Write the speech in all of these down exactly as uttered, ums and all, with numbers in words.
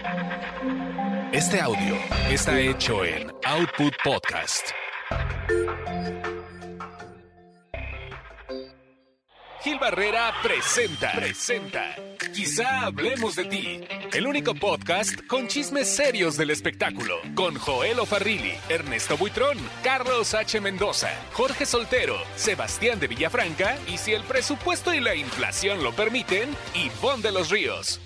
Este audio está hecho en Output Podcast. Gil Barrera presenta, presenta. Quizá hablemos de ti. El único podcast con chismes serios del espectáculo. Con Joel O'Farrilli, Ernesto Buitrón, Carlos H. Mendoza, Jorge Soltero, Sebastián de Villafranca y, si el presupuesto y la inflación lo permiten, Ivonne de los Ríos.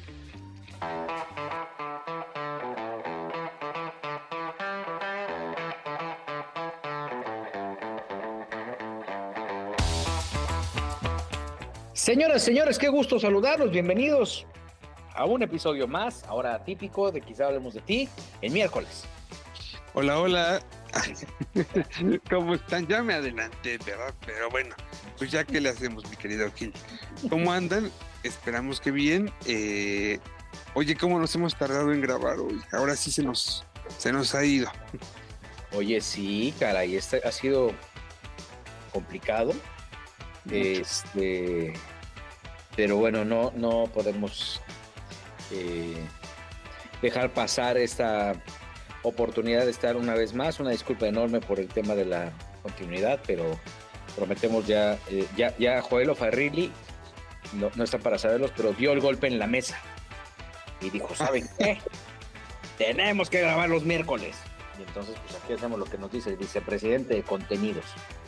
Señoras, señores, qué gusto saludarlos. Bienvenidos a un episodio más, ahora típico de Quizá Hablemos de Ti, el miércoles. Hola, hola. ¿Cómo están? Ya me adelanté, ¿verdad? Pero bueno, pues ya que le hacemos, mi querido Gil. ¿Cómo andan? Esperamos que bien. Eh, oye, ¿cómo nos hemos tardado en grabar hoy? Ahora sí se nos, se nos ha ido. Oye, sí, caray, este ha sido complicado. Mucho. Este, pero bueno, no, no podemos eh, dejar pasar esta oportunidad de estar una vez más. Una disculpa enorme por el tema de la continuidad, pero prometemos ya, eh, ya, ya Joel O'Farrilli, no, no está para saberlos, pero dio el golpe en la mesa y dijo, ¿saben qué? Tenemos que grabar los miércoles. Y entonces, pues aquí hacemos lo que nos dice el vicepresidente de contenidos.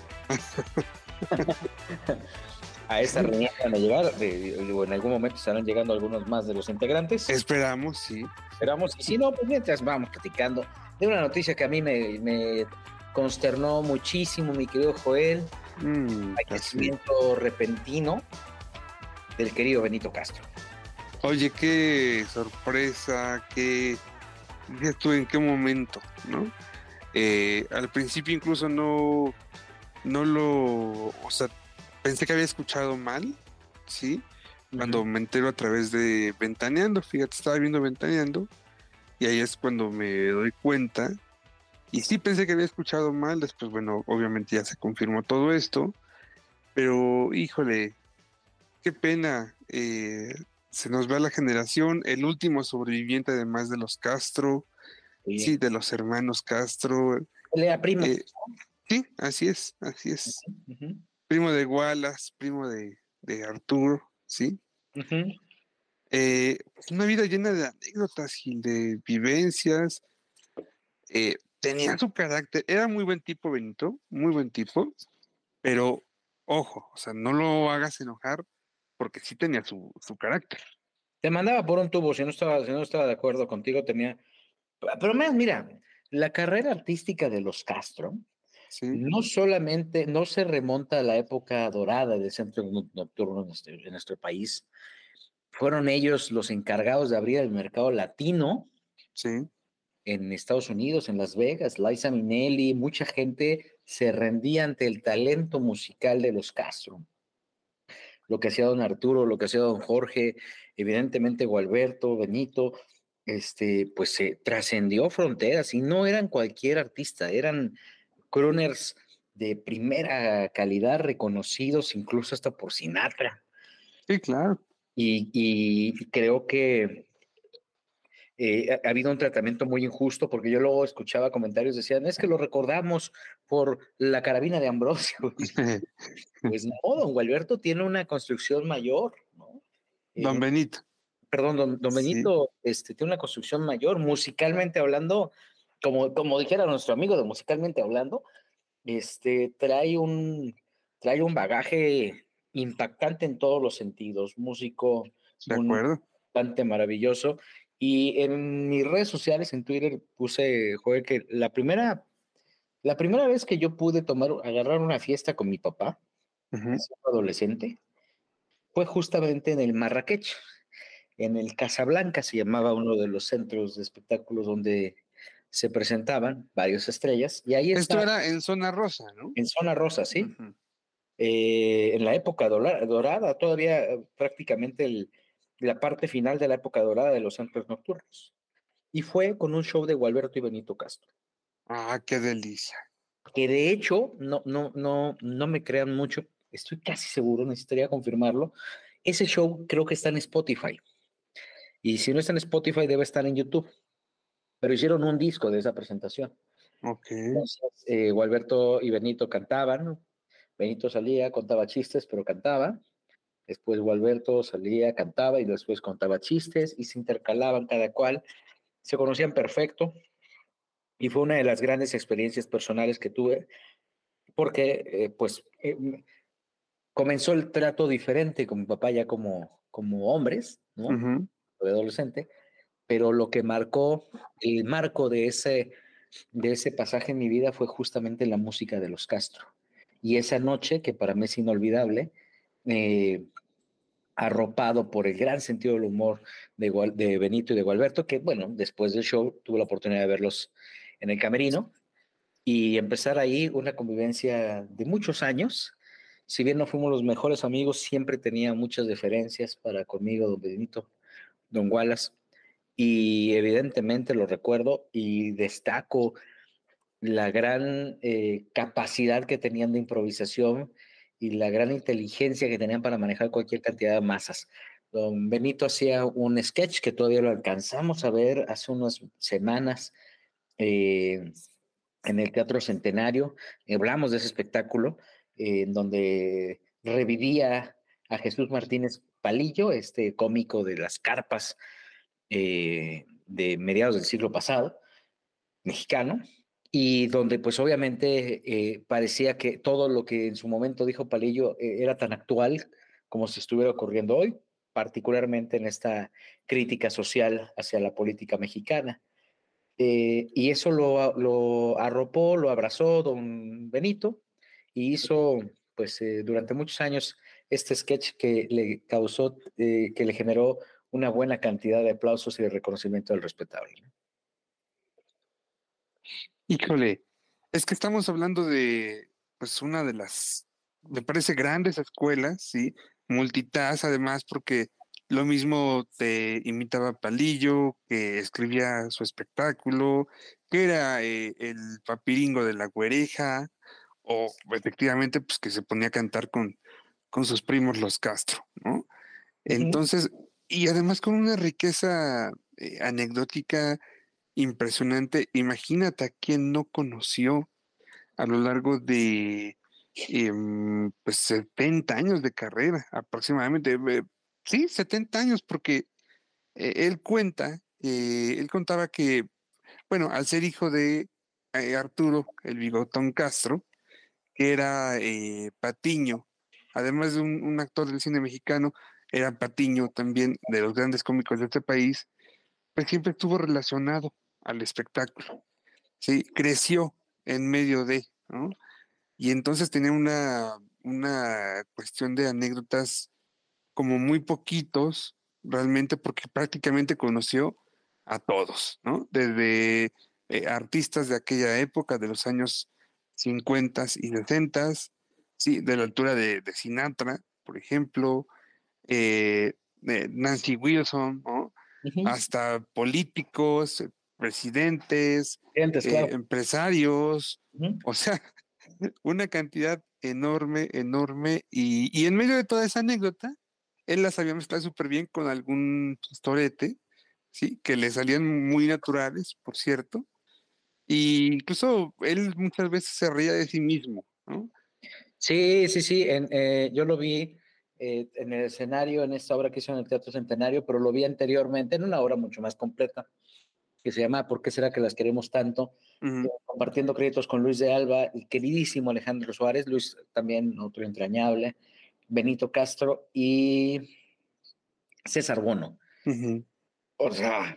A esta reunión van a llegar, de, en algún momento estarán llegando algunos más de los integrantes. Esperamos, sí. Esperamos, y si no, pues mientras vamos platicando de una noticia que a mí me, me consternó muchísimo, mi querido Joel. Mm, fallecimiento repentino del querido Benito Castro. Oye, qué sorpresa, qué... ¿Dices tú en qué momento, no? Eh, al principio incluso no... No lo... O sea, pensé que había escuchado mal, ¿sí? Cuando uh-huh. me entero a través de Ventaneando, fíjate, estaba viendo Ventaneando, y ahí es cuando me doy cuenta, y sí pensé que había escuchado mal, después, bueno, obviamente ya se confirmó todo esto, pero, híjole, qué pena, eh, se nos va la generación, el último sobreviviente además de los Castro, sí, sí de los hermanos Castro. Lea primo. Eh, Sí, así es, así es. Uh-huh. Primo de Wallace, primo de, de Arturo, ¿sí? Uh-huh. Eh, una vida llena de anécdotas, Gil, de vivencias. Eh, tenía su carácter, era muy buen tipo Benito, muy buen tipo, pero ojo, o sea, no lo hagas enojar porque sí tenía su, su carácter. Te mandaba por un tubo, si no estaba, si no estaba de acuerdo contigo, tenía... Pero más, mira, la carrera artística de los Castro... Sí. No solamente, no se remonta a la época dorada del centro nocturno en nuestro, en nuestro país. Fueron ellos los encargados de abrir el mercado latino, sí, en Estados Unidos, en Las Vegas. Liza Minnelli, mucha gente se rendía ante el talento musical de los Castro. Lo que hacía don Arturo, lo que hacía don Jorge, evidentemente Gualberto, Benito, este, pues se trascendió fronteras y no eran cualquier artista, eran crooners de primera calidad, reconocidos incluso hasta por Sinatra. Sí, claro. Y, y creo que eh, ha, ha habido un tratamiento muy injusto, porque yo luego escuchaba comentarios, decían, es que lo recordamos por la carabina de Ambrosio. Pues no, don Gualberto tiene una construcción mayor, ¿no? Don eh, Benito. Perdón, don, don Benito sí. este, tiene una construcción mayor, musicalmente hablando. Como, como dijera nuestro amigo de Musicalmente Hablando, este, trae, un, trae un bagaje impactante en todos los sentidos, músico, de acuerdo, bastante maravilloso. Y en mis redes sociales, en Twitter, puse, joder, que la primera, la primera vez que yo pude tomar, agarrar una fiesta con mi papá, uh-huh. siendo adolescente, fue justamente en el Marrakech, en el Casablanca, se llamaba uno de los centros de espectáculos donde se presentaban varias estrellas, y ahí Esto está, era en Zona Rosa, ¿no? En Zona Rosa, sí. Uh-huh. Eh, en la época dorada, todavía prácticamente el, la parte final de la época dorada de los centros nocturnos. Y fue con un show de Gualberto y Benito Castro. Ah, qué delicia. Que de hecho, no, no, no, no me crean mucho, estoy casi seguro, necesitaría confirmarlo. Ese show creo que está en Spotify. y si no está en Spotify debe estar en YouTube, pero hicieron un disco de esa presentación. Ok. Entonces, eh, Gualberto y Benito cantaban, Benito salía, contaba chistes, pero cantaba. Después Gualberto salía, cantaba y después contaba chistes y se intercalaban cada cual. Se conocían perfecto y fue una de las grandes experiencias personales que tuve porque eh, pues eh, comenzó el trato diferente con mi papá ya como, como hombres, ¿no? Ujú. De adolescente, pero lo que marcó el marco de ese, de ese pasaje en mi vida fue justamente la música de los Castro. Y esa noche, que para mí es inolvidable, eh, arropado por el gran sentido del humor de, Gual, de Benito y de Gualberto, que bueno, después del show tuve la oportunidad de verlos en el camerino y empezar ahí una convivencia de muchos años. Si bien no fuimos los mejores amigos, siempre tenía muchas deferencias para conmigo, don Benito, don Wallace, y evidentemente lo recuerdo y destaco la gran eh, capacidad que tenían de improvisación y la gran inteligencia que tenían para manejar cualquier cantidad de masas. Don Benito hacía un sketch que todavía lo alcanzamos a ver hace unas semanas eh, en el Teatro Centenario. Hablamos de ese espectáculo eh, en donde revivía a Jesús Martínez Palillo, este cómico de las carpas eh, de mediados del siglo pasado, mexicano, y donde pues obviamente eh, parecía que todo lo que en su momento dijo Palillo eh, era tan actual como si estuviera ocurriendo hoy, particularmente en esta crítica social hacia la política mexicana. Eh, y eso lo, lo arropó, lo abrazó don Benito y hizo pues eh, durante muchos años este sketch que le causó, eh, que le generó una buena cantidad de aplausos y de reconocimiento del respetable. Híjole, es que estamos hablando de, pues, una de las, me parece, grandes escuelas, ¿sí? Multitask, además, porque lo mismo te imitaba Palillo, que escribía su espectáculo, que era eh, el papiringo de la güereja, o efectivamente, pues, que se ponía a cantar con, con sus primos los Castro, ¿no? Uh-huh. Entonces, y además con una riqueza eh, anecdótica impresionante. Imagínate a quien no conoció a lo largo de em, pues setenta años de carrera, aproximadamente. Eh, sí, setenta años, porque eh, él cuenta, eh, él contaba que, bueno, al ser hijo de eh, Arturo, el Bigotón Castro, que era eh, Patiño, además de un, un actor del cine mexicano, era Patiño también de los grandes cómicos de este país, pues siempre estuvo relacionado al espectáculo. Sí, creció en medio de, ¿no? Y entonces tenía una, una cuestión de anécdotas como muy poquitos, realmente, porque prácticamente conoció a todos, ¿no? Desde eh, artistas de aquella época, de los años cincuenta y sesenta, sí, de la altura de, de Sinatra, por ejemplo, eh, de Nancy Wilson, ¿no? Uh-huh. Hasta políticos, eh, presidentes, Antes, eh, claro. empresarios, Uh-huh. o sea, una cantidad enorme, enorme, y, y en medio de toda esa anécdota, él la sabía mezclar súper bien con algún torete, ¿sí? Que le salían muy naturales, por cierto, y incluso él muchas veces se reía de sí mismo, ¿no? Sí, sí, sí, en, eh, yo lo vi eh, en el escenario, en esta obra que hizo en el Teatro Centenario, pero lo vi anteriormente en una obra mucho más completa, que se llama ¿Por qué será que las queremos tanto? Eh, Ujú. compartiendo créditos con Luis de Alba, el queridísimo Alejandro Suárez, Luis también otro entrañable, Benito Castro y César Bono. Ujú. O sea,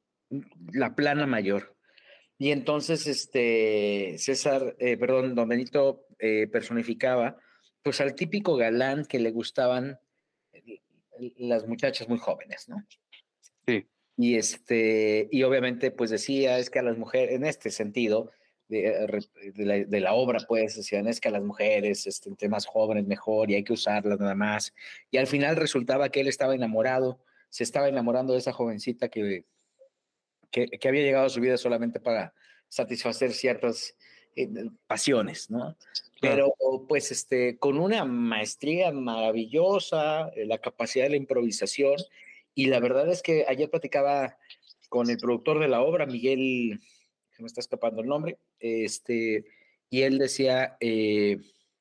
la plana mayor. Y entonces, este, César, eh, perdón, don Benito eh, personificaba, pues al típico galán que le gustaban eh, las muchachas muy jóvenes, ¿no? Sí, Y este, y obviamente, pues decía, es que a las mujeres, en este sentido, de, de, la, de la obra, pues decían, es que a las mujeres, este, entre más jóvenes, mejor, y hay que usarlas nada más. Y al final resultaba que él estaba enamorado, se estaba enamorando de esa jovencita que que, que había llegado a su vida solamente para satisfacer ciertas eh, pasiones, ¿no? claro. Pero pues este, con una maestría maravillosa, eh, la capacidad de la improvisación y la verdad es que ayer platicaba con el productor de la obra, Miguel, se me está escapando el nombre, este, y él decía eh,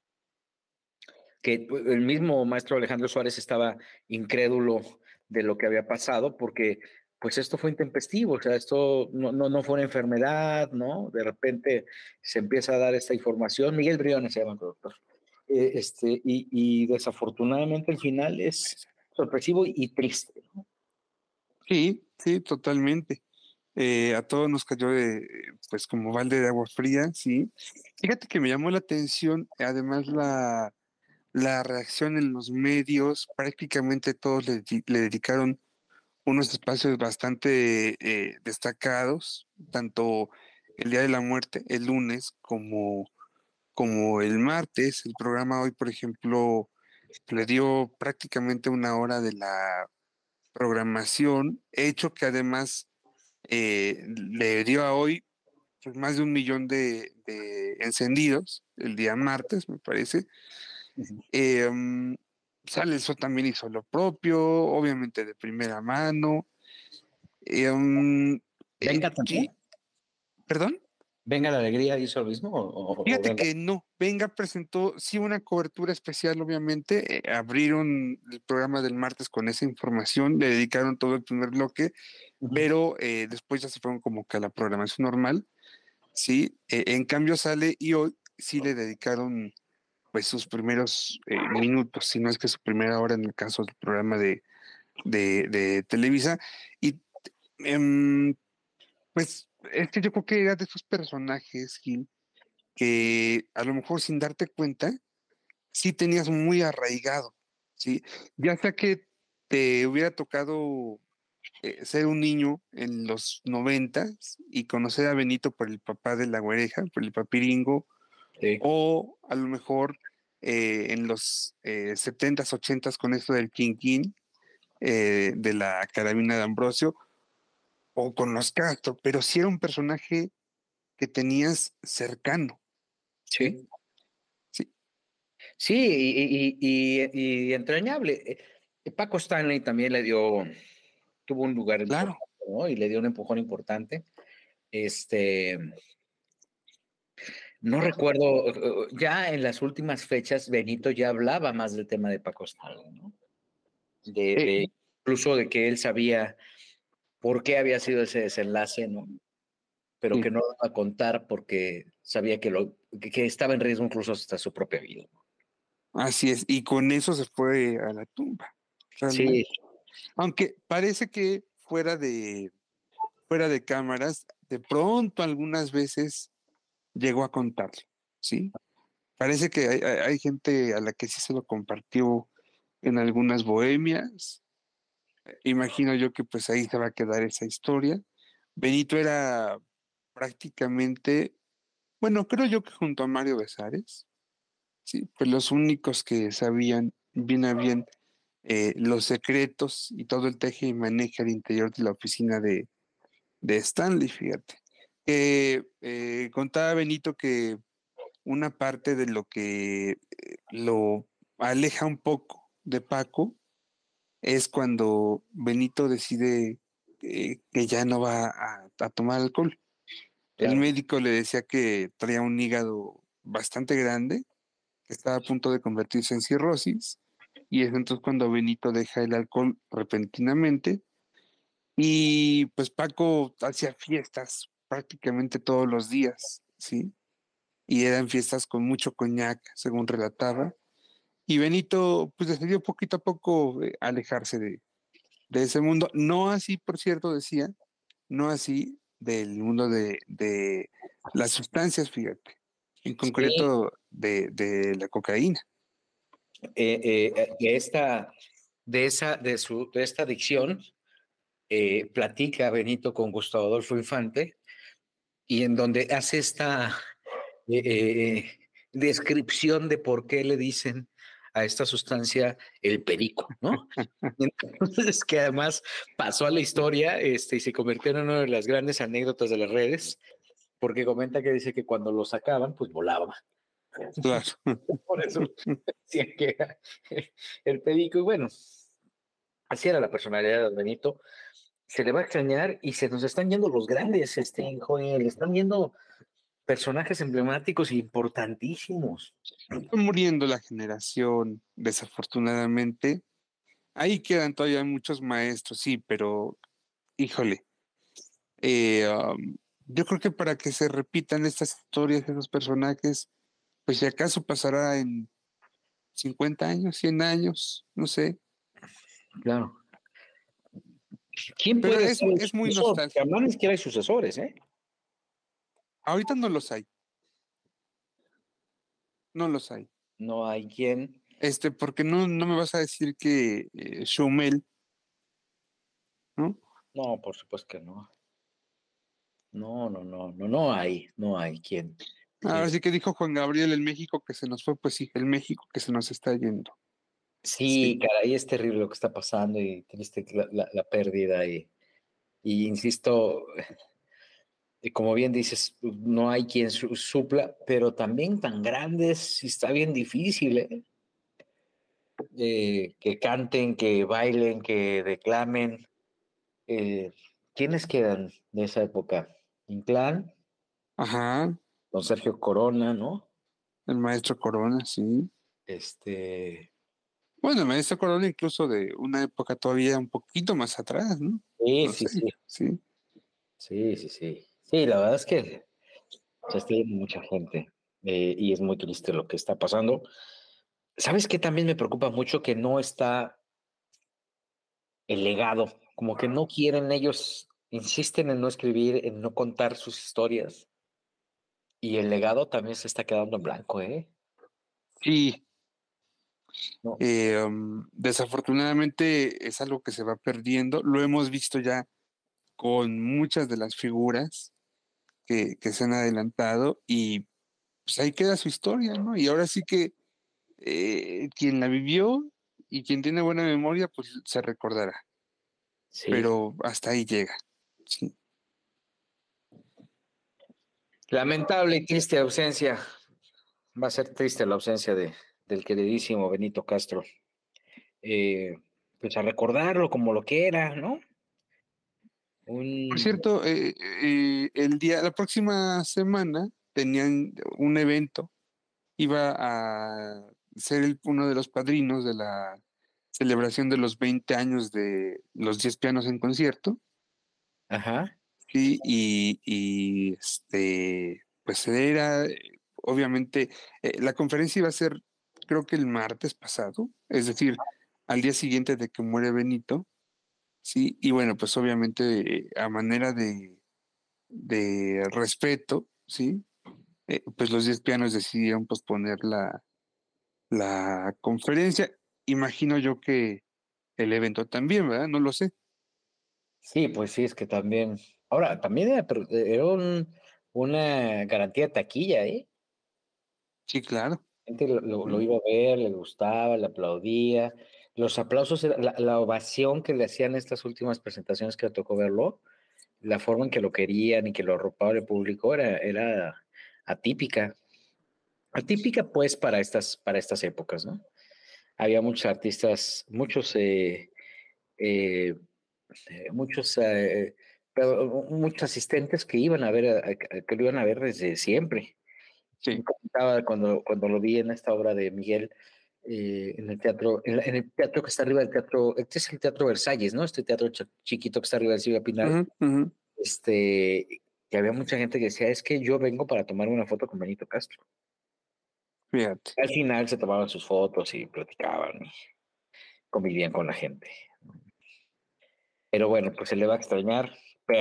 que el mismo maestro Alejandro Suárez estaba incrédulo de lo que había pasado, porque pues esto fue intempestivo, o sea, esto no, no, no fue una enfermedad, ¿no? De repente se empieza a dar esta información, Miguel Briones se llama el productor, eh, este, y, y desafortunadamente el final es sorpresivo y triste, ¿no? Sí, sí, totalmente. Eh, a todos nos cayó de, pues como balde de agua fría, sí. Fíjate que me llamó la atención, además la, la reacción en los medios, prácticamente todos le, di- le dedicaron unos espacios bastante eh, destacados, tanto el Día de la Muerte, el lunes, como, como el martes. El programa hoy, por ejemplo, le dio prácticamente una hora de la programación, hecho que además eh, le dio a hoy pues, más de un millón de, de encendidos el día martes, me parece. Ujú. Eh, um, Sale eso también hizo lo propio, obviamente de primera mano. Eh, um, eh, Venga y- también. ¿Perdón? Venga la alegría hizo lo mismo o, o, o Fíjate venga. que no, Venga presentó sí una cobertura especial, obviamente. Eh, abrieron el programa del martes con esa información, le dedicaron todo el primer bloque, Ujú. pero eh, después ya se fueron como que a la programación normal. Sí, eh, en cambio sale y hoy sí le dedicaron pues sus primeros eh, minutos, si no es que su primera hora en el caso del programa de, de, de Televisa. Y em, pues es que yo creo que era de esos personajes, Gil, que a lo mejor sin darte cuenta, sí tenías muy arraigado, ¿sí? Ya sea que te hubiera tocado eh, ser un niño en los noventas y conocer a Benito por el papá de la güereja, por el papiringo, Sí. o a lo mejor eh, en los eh, setentas, ochentas con esto del Quinquín, eh, de la carabina de Ambrosio, o con los Castro, pero sí era un personaje que tenías cercano, ¿sí? Sí. Sí, Sí, y, y, y, y entrañable. Eh, Paco Stanley también le dio, tuvo un lugar claro. importante, ¿no? Y le dio un empujón importante. Este, no recuerdo, eh, ya en las últimas fechas, Benito ya hablaba más del tema de Paco Stanley, ¿no? De, Eh, de incluso de que él sabía por qué había sido ese desenlace, ¿no? Pero sí, que no lo iba a contar porque sabía que, lo, que, que estaba en riesgo incluso hasta su propia vida. así es. Y con eso se fue a la tumba, Sí, realmente. Aunque parece que fuera de, fuera de cámaras, de pronto algunas veces llegó a contarlo, ¿sí? Parece que hay, hay- hay gente a la que sí se lo compartió en algunas bohemias. Imagino yo que pues ahí se va a quedar esa historia. Benito era prácticamente, bueno, creo yo que junto a Mario Besares, sí, pues los únicos que sabían bien a bien eh, los secretos y todo el teje y maneje al interior de la oficina de, de Stanley, fíjate. Que eh, contaba Benito que una parte de lo que eh, lo aleja un poco de Paco es cuando Benito decide eh, que ya no va a, a tomar alcohol. El claro. médico le decía que traía un hígado bastante grande, que estaba a punto de convertirse en cirrosis, y es entonces cuando Benito deja el alcohol repentinamente, y pues Paco hacía fiestas prácticamente todos los días, ¿sí? Y eran fiestas con mucho coñac, según relataba, y Benito pues decidió poquito a poco eh, alejarse de, de ese mundo. No así, por cierto, decía, no así del mundo de, de las sustancias, fíjate, en Sí, concreto de, de la cocaína. eh, eh, de esta, de esa, de su, de esta adicción, eh, platica Benito con Gustavo Adolfo Infante, y en donde hace esta eh, eh, descripción de por qué le dicen a esta sustancia el perico, ¿no? Entonces, que además pasó a la historia, este, y se convirtió en una de las grandes anécdotas de las redes, porque comenta que dice que cuando lo sacaban, pues volaba. Claro. Por eso decían que era el perico. Y bueno, Así era la personalidad de Benito. Se le va a extrañar y se nos están yendo los grandes, este, Joel, están yendo personajes emblemáticos e importantísimos. Está muriendo la generación, desafortunadamente. Ahí quedan todavía muchos maestros, sí, pero híjole, eh, um, yo creo que para que se repitan estas historias de esos personajes, pues si acaso pasará en cincuenta años, cien años, no sé. Claro. ¿Quién Pero puede es, ser el es muy sucesor? Que nostálgico. además ni siquiera hay sucesores, ¿eh? Ahorita no los hay, no los hay. No hay quien. Este, porque no, no me vas a decir que eh, Shomel, ¿no? No, por supuesto que no. No, no, no, no, no hay, no hay quien. Ahora Eh, sí que dijo Juan Gabriel, el México que se nos fue, pues sí, el México que se nos está yendo. sí, Sí. caray, es terrible lo que está pasando y triste la, la, la pérdida y, y insisto, y como bien dices, no hay quien su- supla, pero también tan grandes y está bien difícil, ¿eh? Eh, que canten, que bailen, que declamen. Eh, ¿quiénes quedan de esa época? Inclán, Ajá, don Sergio Corona, ¿no? el maestro Corona, sí. Este, Bueno, el maestro Corona incluso de una época todavía un poquito más atrás, ¿no? sí, No sí, sé, sí, sí. sí, sí, sí. Sí, la verdad es que se está yendo mucha gente eh, y es muy triste lo que está pasando. ¿Sabes qué también me preocupa mucho? Que no está el legado, como que no quieren ellos, insisten en no escribir, en no contar sus historias y el legado también se está quedando en blanco, ¿eh? Sí, No, eh, um, desafortunadamente es algo que se va perdiendo. Lo hemos visto ya con muchas de las figuras que, que se han adelantado y pues ahí queda su historia, ¿no? Y ahora sí que eh, quien la vivió y quien tiene buena memoria, pues se recordará, sí. pero hasta ahí llega. Sí, Lamentable y triste ausencia. Va a ser triste la ausencia de, del queridísimo Benito Castro. Eh, pues a recordarlo como lo que era, ¿no? por Un, cierto, eh, eh, el día, la próxima semana tenían un evento, iba a ser el- uno de los padrinos de la celebración de los veinte años de los diez pianos en concierto, ajá, ¿sí? Y, y este, pues era, eh, obviamente, eh, la conferencia iba a ser, creo que el martes pasado, es decir, al día siguiente de que muere Benito, ¿sí? Y bueno, pues obviamente eh, a manera de de respeto, ¿sí? Eh, pues los diez pianos decidieron posponer la, la conferencia. Imagino yo que el evento también, ¿verdad? No lo sé. sí, pues sí, es que también. Ahora, también era, pero era un- una garantía de taquilla, ¿eh? Sí, claro. La gente lo, lo- lo Ujú. iba a ver, le gustaba, le aplaudía. Los aplausos, era- la, la ovación que le hacían estas últimas presentaciones que le tocó verlo, la forma en que lo querían y que lo arropaba el público era, era atípica. Atípica, pues, para estas, para estas épocas, ¿no? Había muchos artistas, muchos, eh, eh, eh, muchos, eh, pero, muchos asistentes que iban a ver, a- a- que lo iban a ver desde siempre. Me Sí, comentaba cuando, cuando lo vi en esta obra de Miguel, eh, en el teatro, en, la- en el teatro que está arriba del teatro, este es el Teatro Versalles, ¿no? Este teatro ch- chiquito que está arriba del Silvia Pinal, ujú, ujú. este, que había mucha gente que decía, es que yo vengo para tomar una foto con Benito Castro. Fíjate. Al final se tomaban sus fotos y platicaban y convivían con la gente. Pero bueno, pues se le va a extrañar.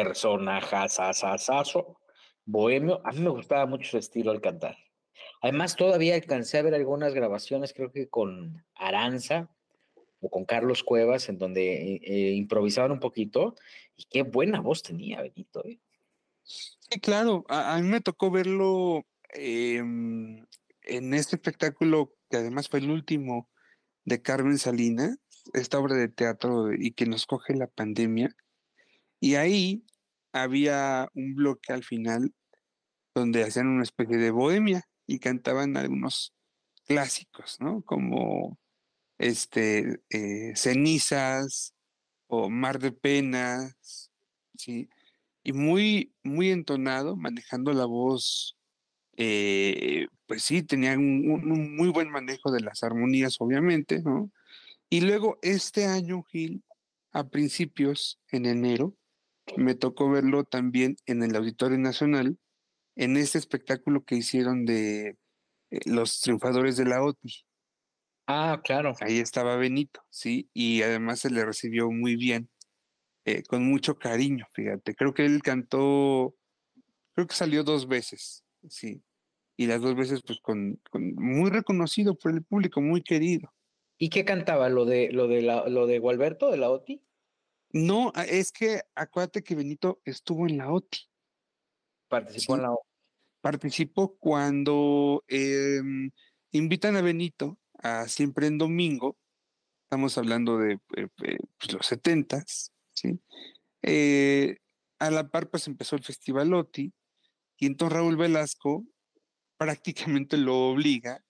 Personajazazazazo, bohemio. A mí me gustaba mucho su estilo al cantar. Además, todavía alcancé a ver algunas grabaciones, creo que con Aranza o con Carlos Cuevas, en donde eh, eh, improvisaban un poquito. Y qué buena voz tenía Benito, ¿eh? Sí, claro. A, a mí me tocó verlo em, en este espectáculo que además fue el último de Carmen Salinas, esta obra de teatro y que nos coge la pandemia. Y ahí había un bloque al final donde hacían una especie de bohemia y cantaban algunos clásicos, ¿no? Como este, eh, Cenizas, o Mar de Penas, ¿sí? Y muy, muy entonado, manejando la voz, eh, pues sí, tenía un, un- un muy buen manejo de las armonías, obviamente, ¿no? Y luego este año, Gil, a principios, en enero, me tocó verlo también en el Auditorio Nacional, en este espectáculo que hicieron de eh, los triunfadores de la O T I. Ah, claro. Ahí estaba Benito, ¿sí? Y además se le recibió muy bien, eh, con mucho cariño, fíjate. Creo que él cantó, creo que salió dos veces, sí. Y las dos veces, pues, con, con muy reconocido por el público, muy querido. ¿Y qué cantaba? ¿Lo de, lo de, la, lo de Gualberto, de la O T I? No, a- es que acuérdate que Benito estuvo en la O T I, Participó en ¿sí? la O Participó cuando em, invitan a Benito a Siempre en Domingo. Estamos hablando de eh, eh, pues, los setentas, ¿sí? Eh, a la par, pues empezó el Festival O T I, y entonces Raúl Velasco prácticamente lo obliga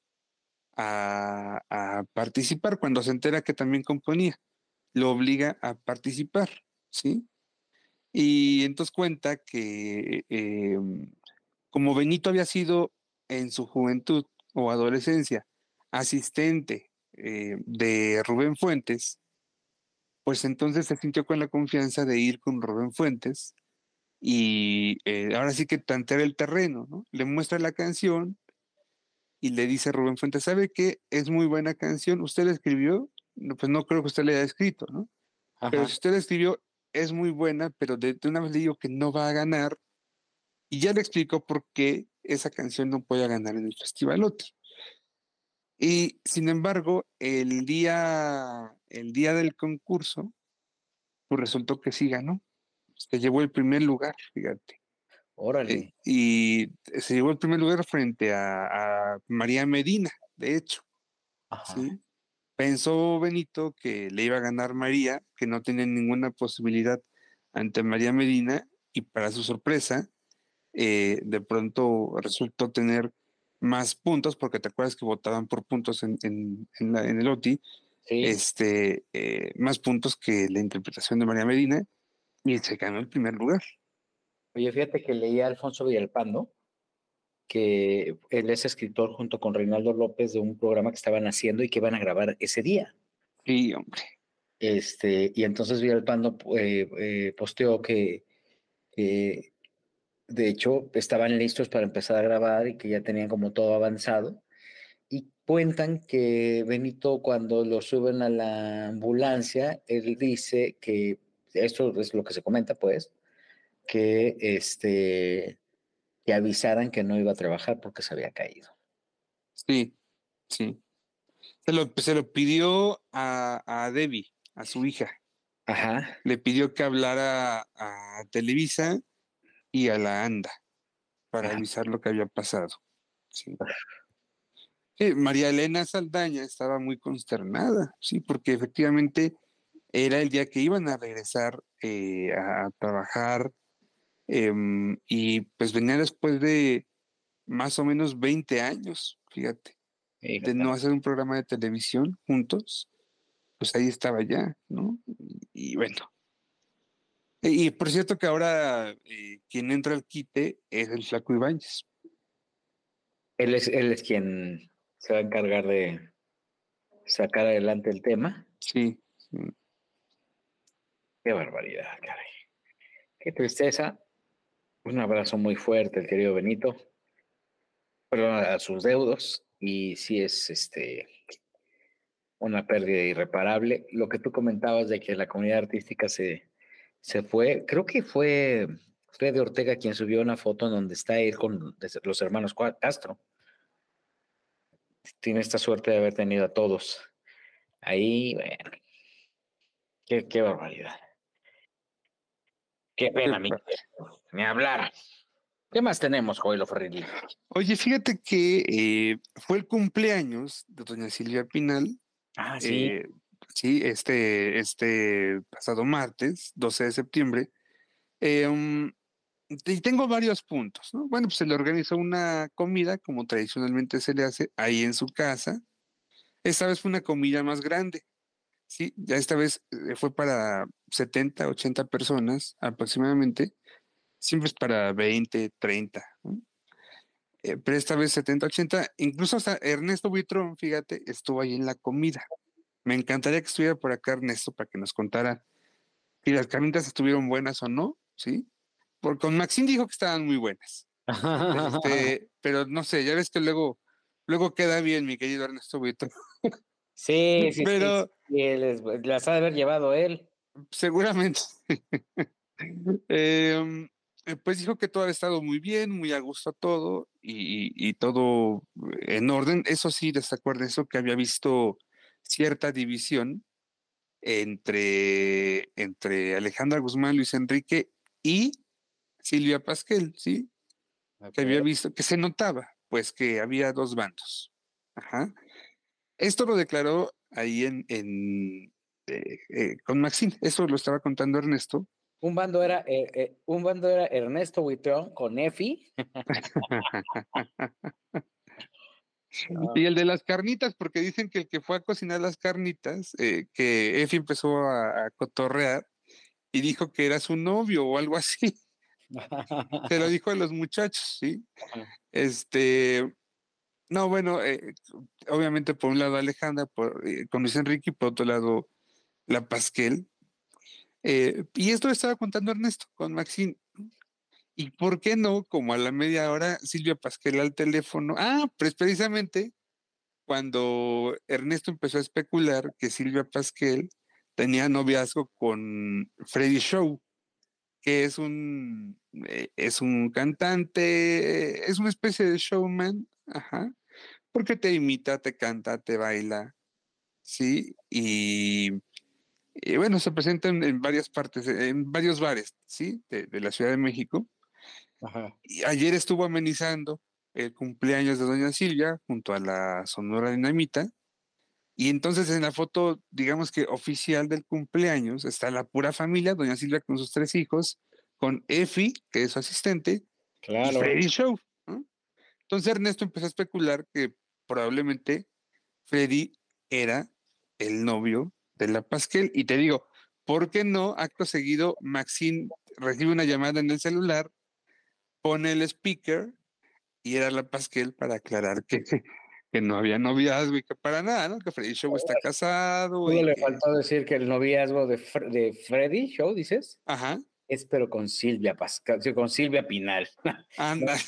a, a participar cuando se entera que también componía, lo obliga a participar, ¿sí? Y entonces cuenta que eh, como Benito había sido en su juventud o adolescencia asistente eh, de Rubén Fuentes, pues entonces se sintió con la confianza de ir con Rubén Fuentes y eh, ahora sí que tantear el terreno, ¿no? Le muestra la canción y le dice a Rubén Fuentes, ¿sabe qué? Es muy buena canción, ¿usted la escribió? No, pues no creo que usted la haya escrito, ¿no? Pero Ajá. si usted la escribió, es muy buena, pero de, de una vez le digo que no va a ganar y ya le explicó por qué esa canción no puede ganar en el Festival O T I. Y sin embargo, el día, el día del concurso, pues resultó que sí ganó. Se llevó el primer lugar, fíjate. Eh, Órale. y se llevó el primer lugar frente a, a María Medina, de hecho, Ajá. ¿sí? Pensó Benito que le iba a ganar María, que no tenía ninguna posibilidad ante María Medina, y para su sorpresa, eh, de pronto resultó tener más puntos, porque te acuerdas que votaban por puntos en, en, en, la, en el O T I, Sí. este, eh, más puntos que la interpretación de María Medina, y se ganó el primer lugar. Oye, fíjate que leí a Alfonso Villalpando, que él es escritor junto con Reinaldo López de un programa que estaban haciendo y que iban a grabar ese día. Sí, hombre. Este, y entonces Villalpando eh, eh, posteó que, que, de hecho, estaban listos para empezar a grabar y que ya tenían como todo avanzado. Y cuentan que Benito, cuando lo suben a la ambulancia, él dice que, esto es lo que se comenta, pues, que, este, que avisaran que no iba a trabajar porque se había caído. Sí, sí. Se lo, se lo pidió a, a Debbie, a su hija. Ajá. Le pidió que hablara a Televisa y a la ANDA para Ajá. avisar lo que había pasado. Sí. Sí, María Elena Saldaña estaba muy consternada, sí, porque efectivamente era el día que iban a regresar eh, a, a trabajar, em, y pues venía después de más o menos veinte años, fíjate, de Fíjate. no hacer un programa de televisión juntos, pues ahí estaba ya, ¿no? Y, y bueno, y, y por cierto que ahora eh, quien entra al quite es el Flaco Ibáñez. Él es, él es quien se va a encargar de sacar adelante el tema. Sí, sí, Qué barbaridad, caray. Qué tristeza. Un abrazo muy fuerte, el querido Benito. Perdón a sus deudos. Y sí es este, una pérdida irreparable. Lo que tú comentabas de que la comunidad artística se, se fue, creo que fue Freddy Ortega quien subió una foto en donde está él con los hermanos Castro. Tiene esta suerte de haber tenido a todos. Ahí, bueno, qué, qué barbaridad. Qué qué pena, mi. padre. Ni hablar. ¿Qué más tenemos, Joel Ferrilli? Oye, fíjate que eh, fue el cumpleaños de doña Silvia Pinal, Ah, sí. eh, sí, este, este pasado martes, doce de septiembre. eh, um, y tengo varios puntos, ¿no? Bueno, pues se le organizó una comida, como tradicionalmente se le hace, ahí en su casa. Esta vez fue una comida más grande, Sí, ya esta vez eh, fue para setenta, ochenta personas aproximadamente, siempre es para veinte, treinta, ¿no? Eh, pero esta vez setenta, ochenta, incluso hasta Ernesto Buitrón, fíjate, estuvo ahí en la comida. Me encantaría que estuviera por acá Ernesto para que nos contara si las carnitas estuvieron buenas o no, ¿sí? Porque con Maxine dijo que estaban muy buenas. Este, pero no sé, ya ves que luego, luego queda bien, mi querido Ernesto Buitrón. Sí, sí, sí. Pero Y él es- las ha de haber llevado él. seguramente. Em, eh, pues dijo que todo había estado muy bien, muy a gusto todo y, y todo en orden. Eso sí, destacó Ernesto que había visto cierta división entre, entre Alejandra Guzmán, Luis Enrique y Silvia Pasquel, ¿sí? Que había Okay. visto, que se notaba, pues que había dos bandos. Ajá. Esto lo declaró ahí en, en eh, eh, con Maxine. Eso lo estaba contando Ernesto. Un bando era, eh, eh, un bando era Ernesto Buitrón con Efi. Ah, Y el de las carnitas, porque dicen que el que fue a cocinar las carnitas, eh, que Efi empezó a, a cotorrear y dijo que era su novio o algo así. Se lo dijo a los muchachos, ¿sí? Este, no, bueno, eh, obviamente por un lado Alejandra, por, eh, con Luis Enrique, y por otro lado la Pasquel. Eh, y esto lo estaba contando Ernesto con Maxine. ¿Y por qué no? Como a la media hora, Silvia Pasquel al teléfono. Ah, pues precisamente cuando Ernesto empezó a especular que Silvia Pasquel tenía noviazgo con Freddy Show, que es un, eh, es un cantante, eh, es una especie de showman, ajá, porque te imita, te canta, te baila, ¿sí? Y, y bueno, se presenta en, en varias partes, en varios bares, ¿sí? De, de la Ciudad de México. ajá. Y ayer estuvo amenizando el cumpleaños de Doña Silvia junto a la Sonora Dinamita. Y entonces en la foto, digamos que oficial del cumpleaños, está la pura familia, Doña Silvia con sus tres hijos, con Efi, que es su asistente, y Claro. Freddy Show, ¿no? Entonces Ernesto empezó a especular que probablemente Freddy era el novio de la Pasquel. Y te digo, ¿por qué no? Acto seguido, Maxine recibe una llamada en el celular, pone el speaker y era la Pasquel para aclarar que, que no había noviazgo y que para nada, ¿no? Que Freddy Show está casado Solo y le que, faltó decir que el noviazgo de, Fre- de Freddy Show, dices, ajá, es pero con Silvia Pascal, sí, con Silvia Pinal. No. anda.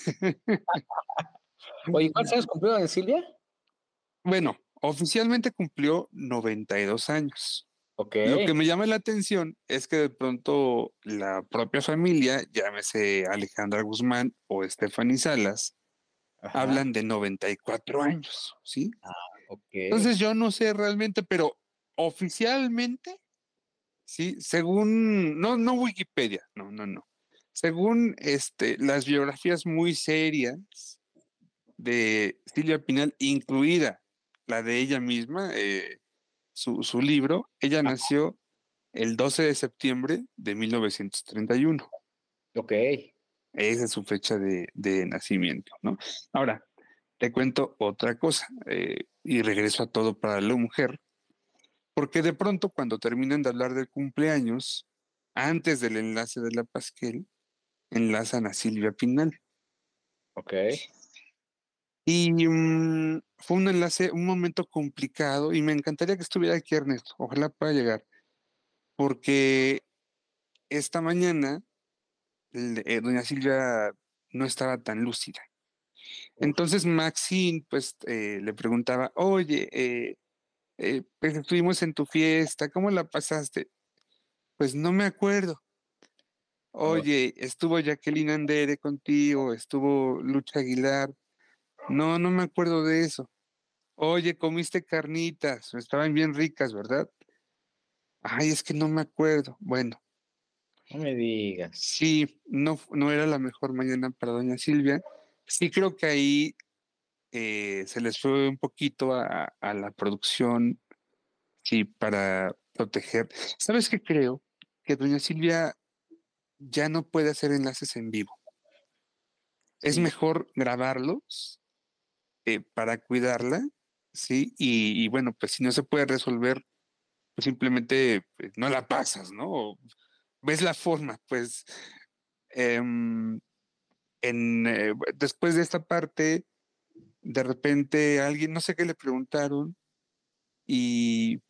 Oye, ¿cuántos años cumplió en Silvia? Bueno, oficialmente cumplió noventa y dos años. Ok. Lo que me llama la atención es que de pronto la propia familia, llámese Alejandra Guzmán o Stephanie Salas, Ajá. hablan de noventa y cuatro años, ¿sí? Ok. Entonces yo no sé realmente, pero oficialmente, sí, según, no, no Wikipedia, no, no, no. Según este, las biografías muy serias de Silvia Pinal, incluida la de ella misma, eh, su, su libro, ella Ah, nació el doce de septiembre de mil novecientos treinta y uno. ok. Esa es su fecha de, de nacimiento, ¿no? Ahora, te cuento otra cosa, eh, y regreso a todo para la mujer, porque de pronto cuando terminan de hablar del cumpleaños, antes del enlace de la Pasquel, enlazan a Silvia Pinal. Ok. Y mm, fue un enlace, un momento complicado, y me encantaría que estuviera aquí Ernesto, ojalá pueda llegar, porque esta mañana le- eh, doña Silvia no estaba tan lúcida. Uf. Entonces Maxine pues eh, le preguntaba, oye, eh, eh, pues estuvimos en tu fiesta, ¿cómo la pasaste? Pues no me acuerdo. Oh, Oye, estuvo Jacqueline Andere contigo, estuvo Lucha Aguilar. No, no me acuerdo de eso. Oye, comiste carnitas, estaban bien ricas, ¿verdad? Ay, es que no me acuerdo. Bueno, no me digas. sí, no, no era la mejor mañana para doña Silvia. Sí creo que ahí eh, se les fue un poquito a, a la producción, sí, para proteger. ¿Sabes qué creo? Que doña Silvia ya no puede hacer enlaces en vivo. Es Sí, mejor grabarlos eh, para cuidarla, ¿sí? Y, y bueno, pues si no se puede resolver pues simplemente pues, no la pasas, ¿no? O ves la forma, pues em, en, eh, después de esta parte, de repente alguien, no sé qué le preguntaron, y,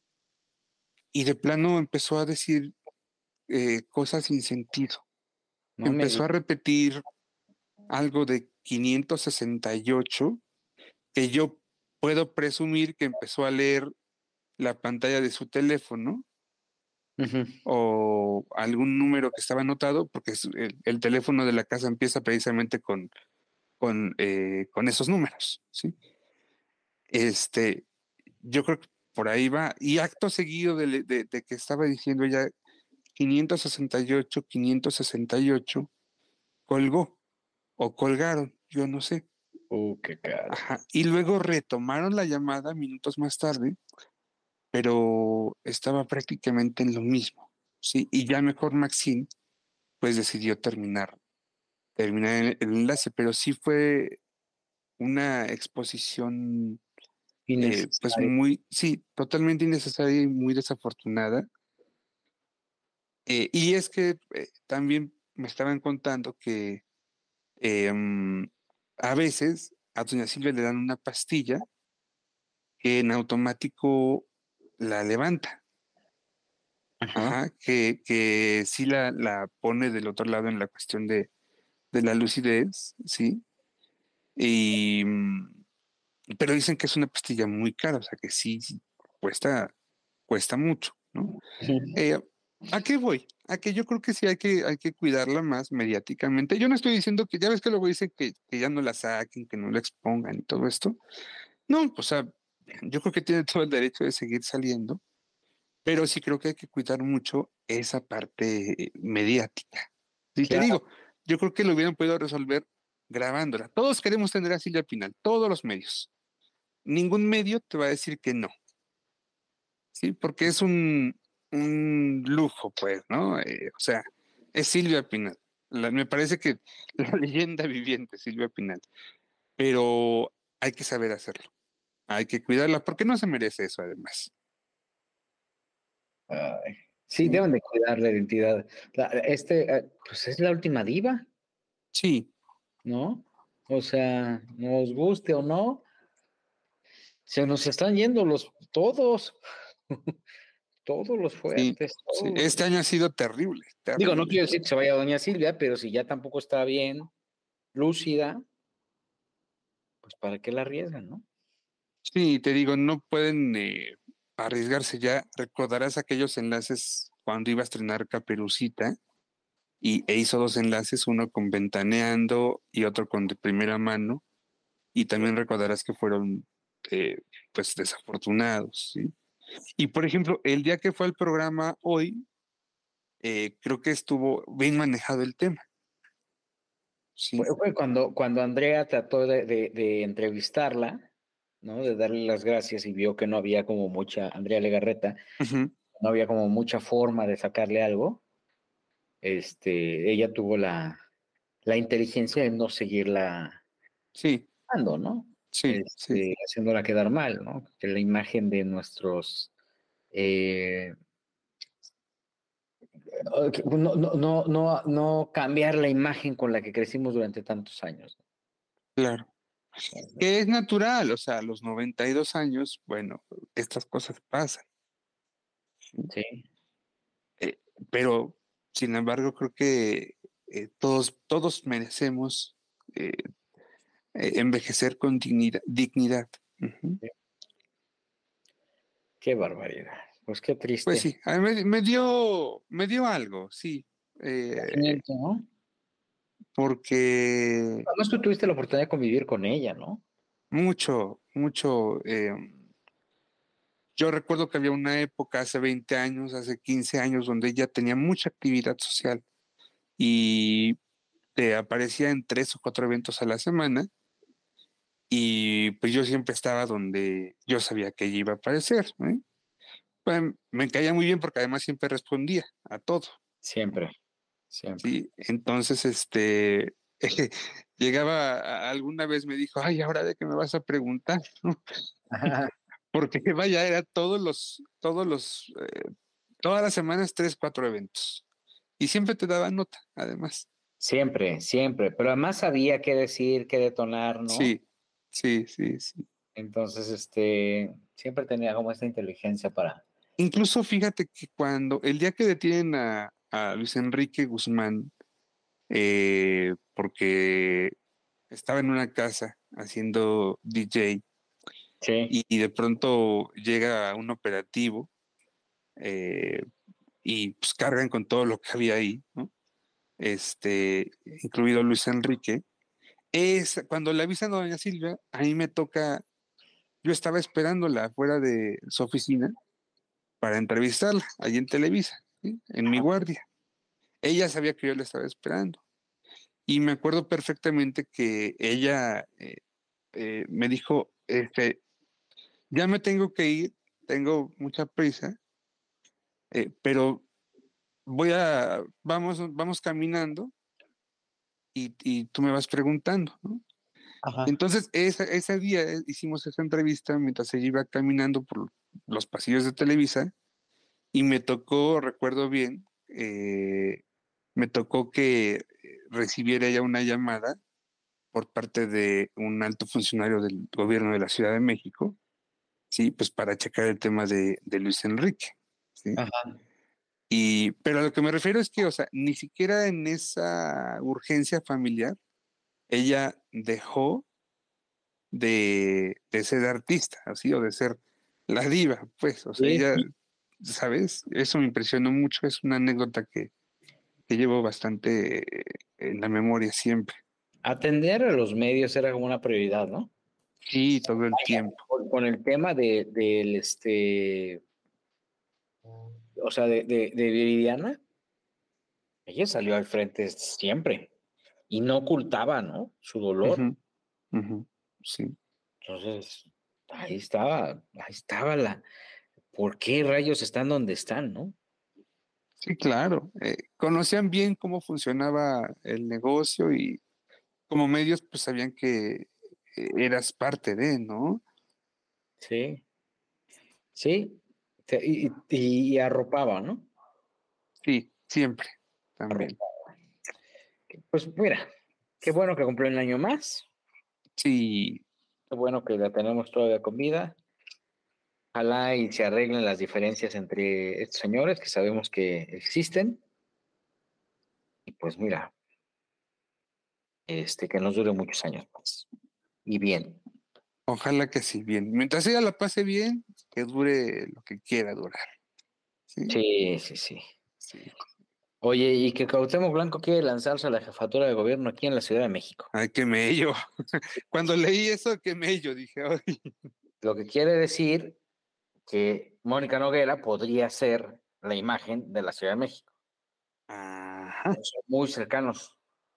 y de plano empezó a decir eh, cosas sin sentido. No me Empezó di- a repetir algo de quinientos sesenta y ocho, que yo puedo presumir que empezó a leer la pantalla de su teléfono Ujú. o algún número que estaba anotado, porque es- el, el teléfono de la casa empieza precisamente con, con, eh, con esos números, ¿sí? Este, yo creo que por ahí va, y acto seguido de, de- de que estaba diciendo ella quinientos sesenta y ocho, quinientos sesenta y ocho, colgó o colgaron, yo no sé. Uh, qué caro. Ajá. Y luego retomaron la llamada minutos más tarde, pero estaba prácticamente en lo mismo, ¿sí? Y ya mejor Maxine, pues decidió terminar, terminar el, el enlace, pero sí fue una exposición, eh, pues Innecesario. muy, sí, totalmente innecesaria y muy desafortunada. Eh, y es que eh, también me estaban contando que em, a veces a doña Silvia le dan una pastilla que en automático la levanta. Ajá. Ajá, que, que sí la, la pone del otro lado en la cuestión de, de la lucidez, sí. Y, mm, pero dicen que es una pastilla muy cara, o sea que sí, sí cuesta, cuesta mucho, ¿no? Ujú. Eh, ¿a qué voy? A que yo creo que sí hay que, hay que cuidarla más mediáticamente. Yo no estoy diciendo que, ya ves que luego dicen que, que ya no la saquen, que no la expongan y todo esto. No, o sea, yo creo que tiene todo el derecho de seguir saliendo, pero sí creo que hay que cuidar mucho esa parte eh, mediática. Y te Claro, digo, yo creo que lo hubieran podido resolver grabándola. Todos queremos tener a Silvia Pinal, todos los medios. Ningún medio te va a decir que no, ¿sí? Porque es un, un lujo, pues, ¿no? Eh, o sea, es Silvia Pinal. La- me parece que la leyenda viviente, Silvia Pinal. Pero hay que saber hacerlo. Hay que cuidarla porque no se merece eso, además. ay, sí, Sí, deben de cuidar la identidad. La- este, eh, pues es la última diva, sí, ¿no? O sea, nos guste o no, se nos están yendo los todos, todos los sí, fuertes, sí. todos los. Este año ha sido terrible, Digo, no terrible. quiero decir que se vaya doña Silvia, pero si ya tampoco está bien, lúcida, pues para qué la arriesgan, ¿no? Sí, te digo, no pueden eh, arriesgarse ya. Recordarás aquellos enlaces cuando iba a estrenar Caperucita y e hizo dos enlaces, uno con Ventaneando y otro con De Primera Mano. Y también recordarás que fueron eh, pues desafortunados, ¿sí? Y por ejemplo, el día que fue al programa hoy, eh, creo que estuvo bien manejado el tema, Fue, ¿sí? fue cuando, cuando Andrea trató de, de- de entrevistarla, ¿no? De darle las gracias y vio que no había como mucha, Andrea Legarreta, Ujú. no había como mucha forma de sacarle algo. Este, ella tuvo la, la inteligencia de no seguirla Sí, dando, ¿no? sí, sí, Este, haciéndola quedar mal, ¿no? Que la imagen de nuestros eh, ok, no, no, no, no, no cambiar la imagen con la que crecimos durante tantos años. claro. Que es natural, o sea, a los noventa y dos años, bueno, estas cosas pasan. Sí, Eh, pero, sin embargo, creo que eh, todos, todos merecemos eh, eh, envejecer con dignidad. dignidad. Ujú. qué barbaridad. Pues qué Pues triste. sí, a mí me, me dio, me dio algo, sí, eh, Sentimiento, ¿no? porque Además, tú tuviste la oportunidad de convivir con ella, ¿no? mucho, mucho, eh, yo recuerdo que había una época hace veinte años, hace quince años, donde ella tenía mucha actividad social y eh, aparecía en tres o cuatro eventos a la semana y pues yo siempre estaba donde yo sabía que ella iba a aparecer, ¿eh? Pues, me caía muy bien porque además siempre respondía a todo, Siempre, siempre. ¿sí? Entonces, este, llegaba, a- alguna vez me dijo, ay, ¿ahora de qué me vas a preguntar? ¿no? porque vaya, era todos los, todos los, eh, todas las semanas tres, cuatro eventos. Y siempre te daba nota, además. Siempre, siempre, pero además sabía qué decir, qué detonar, ¿no? Sí, sí, sí, sí. Entonces, este, siempre tenía como esta inteligencia para... Incluso fíjate que cuando, el día que detienen a, a Luis Enrique Guzmán, eh, porque estaba en una casa haciendo D J Sí. y, y de pronto llega un operativo eh, y pues cargan con todo lo que había ahí, ¿no? Este, incluido Luis Enrique. Es cuando le avisan a doña Silvia, a mí me toca, yo estaba esperándola fuera de su oficina para entrevistarla, allí en Televisa, ¿sí? En mi guardia. Ella sabía que yo la estaba esperando. Y me acuerdo perfectamente que ella eh, eh, me dijo, este, ya me tengo que ir, tengo mucha prisa, eh, pero voy a, vamos, vamos caminando y, y tú me vas preguntando, ¿no? Ajá. Entonces, esa, ese día eh, hicimos esa entrevista mientras ella iba caminando por los pasillos de Televisa y me tocó, recuerdo bien, eh, me tocó que recibiera ella una llamada por parte de un alto funcionario del gobierno de la Ciudad de México, sí, pues para checar el tema de, de Luis Enrique, sí. Ajá. Y, pero a lo que me refiero es que, o sea, ni siquiera en esa urgencia familiar, ella dejó de, de ser artista, así, o de ser la diva, pues, o sea, Sí, ella, sí. ¿sabes? Eso me impresionó mucho, es una anécdota que, que llevo bastante eh, en la memoria siempre. Atender a los medios era como una prioridad, ¿no? Sí, todo el tiempo. Con, con el tema de, del, este, o sea, de, de, de Viridiana, ella salió al frente siempre y no ocultaba, ¿no? Su dolor. Ujú, ujú, sí. Entonces, ahí estaba, ahí estaba la, ¿por qué rayos están donde están, no? Sí, claro. Eh, conocían bien cómo funcionaba el negocio y como medios pues sabían que eh, eras parte de, ¿no? Sí, sí, te- y, y, y arropaba, ¿no? Sí, siempre, también. Pues mira, qué bueno que cumplió un año más, Sí, qué bueno que la tenemos todavía con vida. Ojalá y se arreglen las diferencias entre estos señores que sabemos que existen. Y pues mira, este, que nos dure muchos años más. Y bien. ojalá que sí, bien. Mientras ella la pase bien, que dure lo que quiera durar. Sí, Sí, sí, sí. sí. Oye, y que Cuauhtémoc Blanco quiere lanzarse a la jefatura de gobierno aquí en la Ciudad de México. Ay, qué mello. Cuando leí eso, qué mello, dije, ay. Lo que quiere decir que Mónica Noguera podría ser la imagen de la Ciudad de México. Ajá. Son muy cercanos.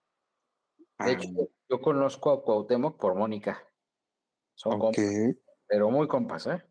De Ah, hecho, yo conozco a Cuauhtémoc por Mónica. Son ok. compas, pero muy compas, ¿eh?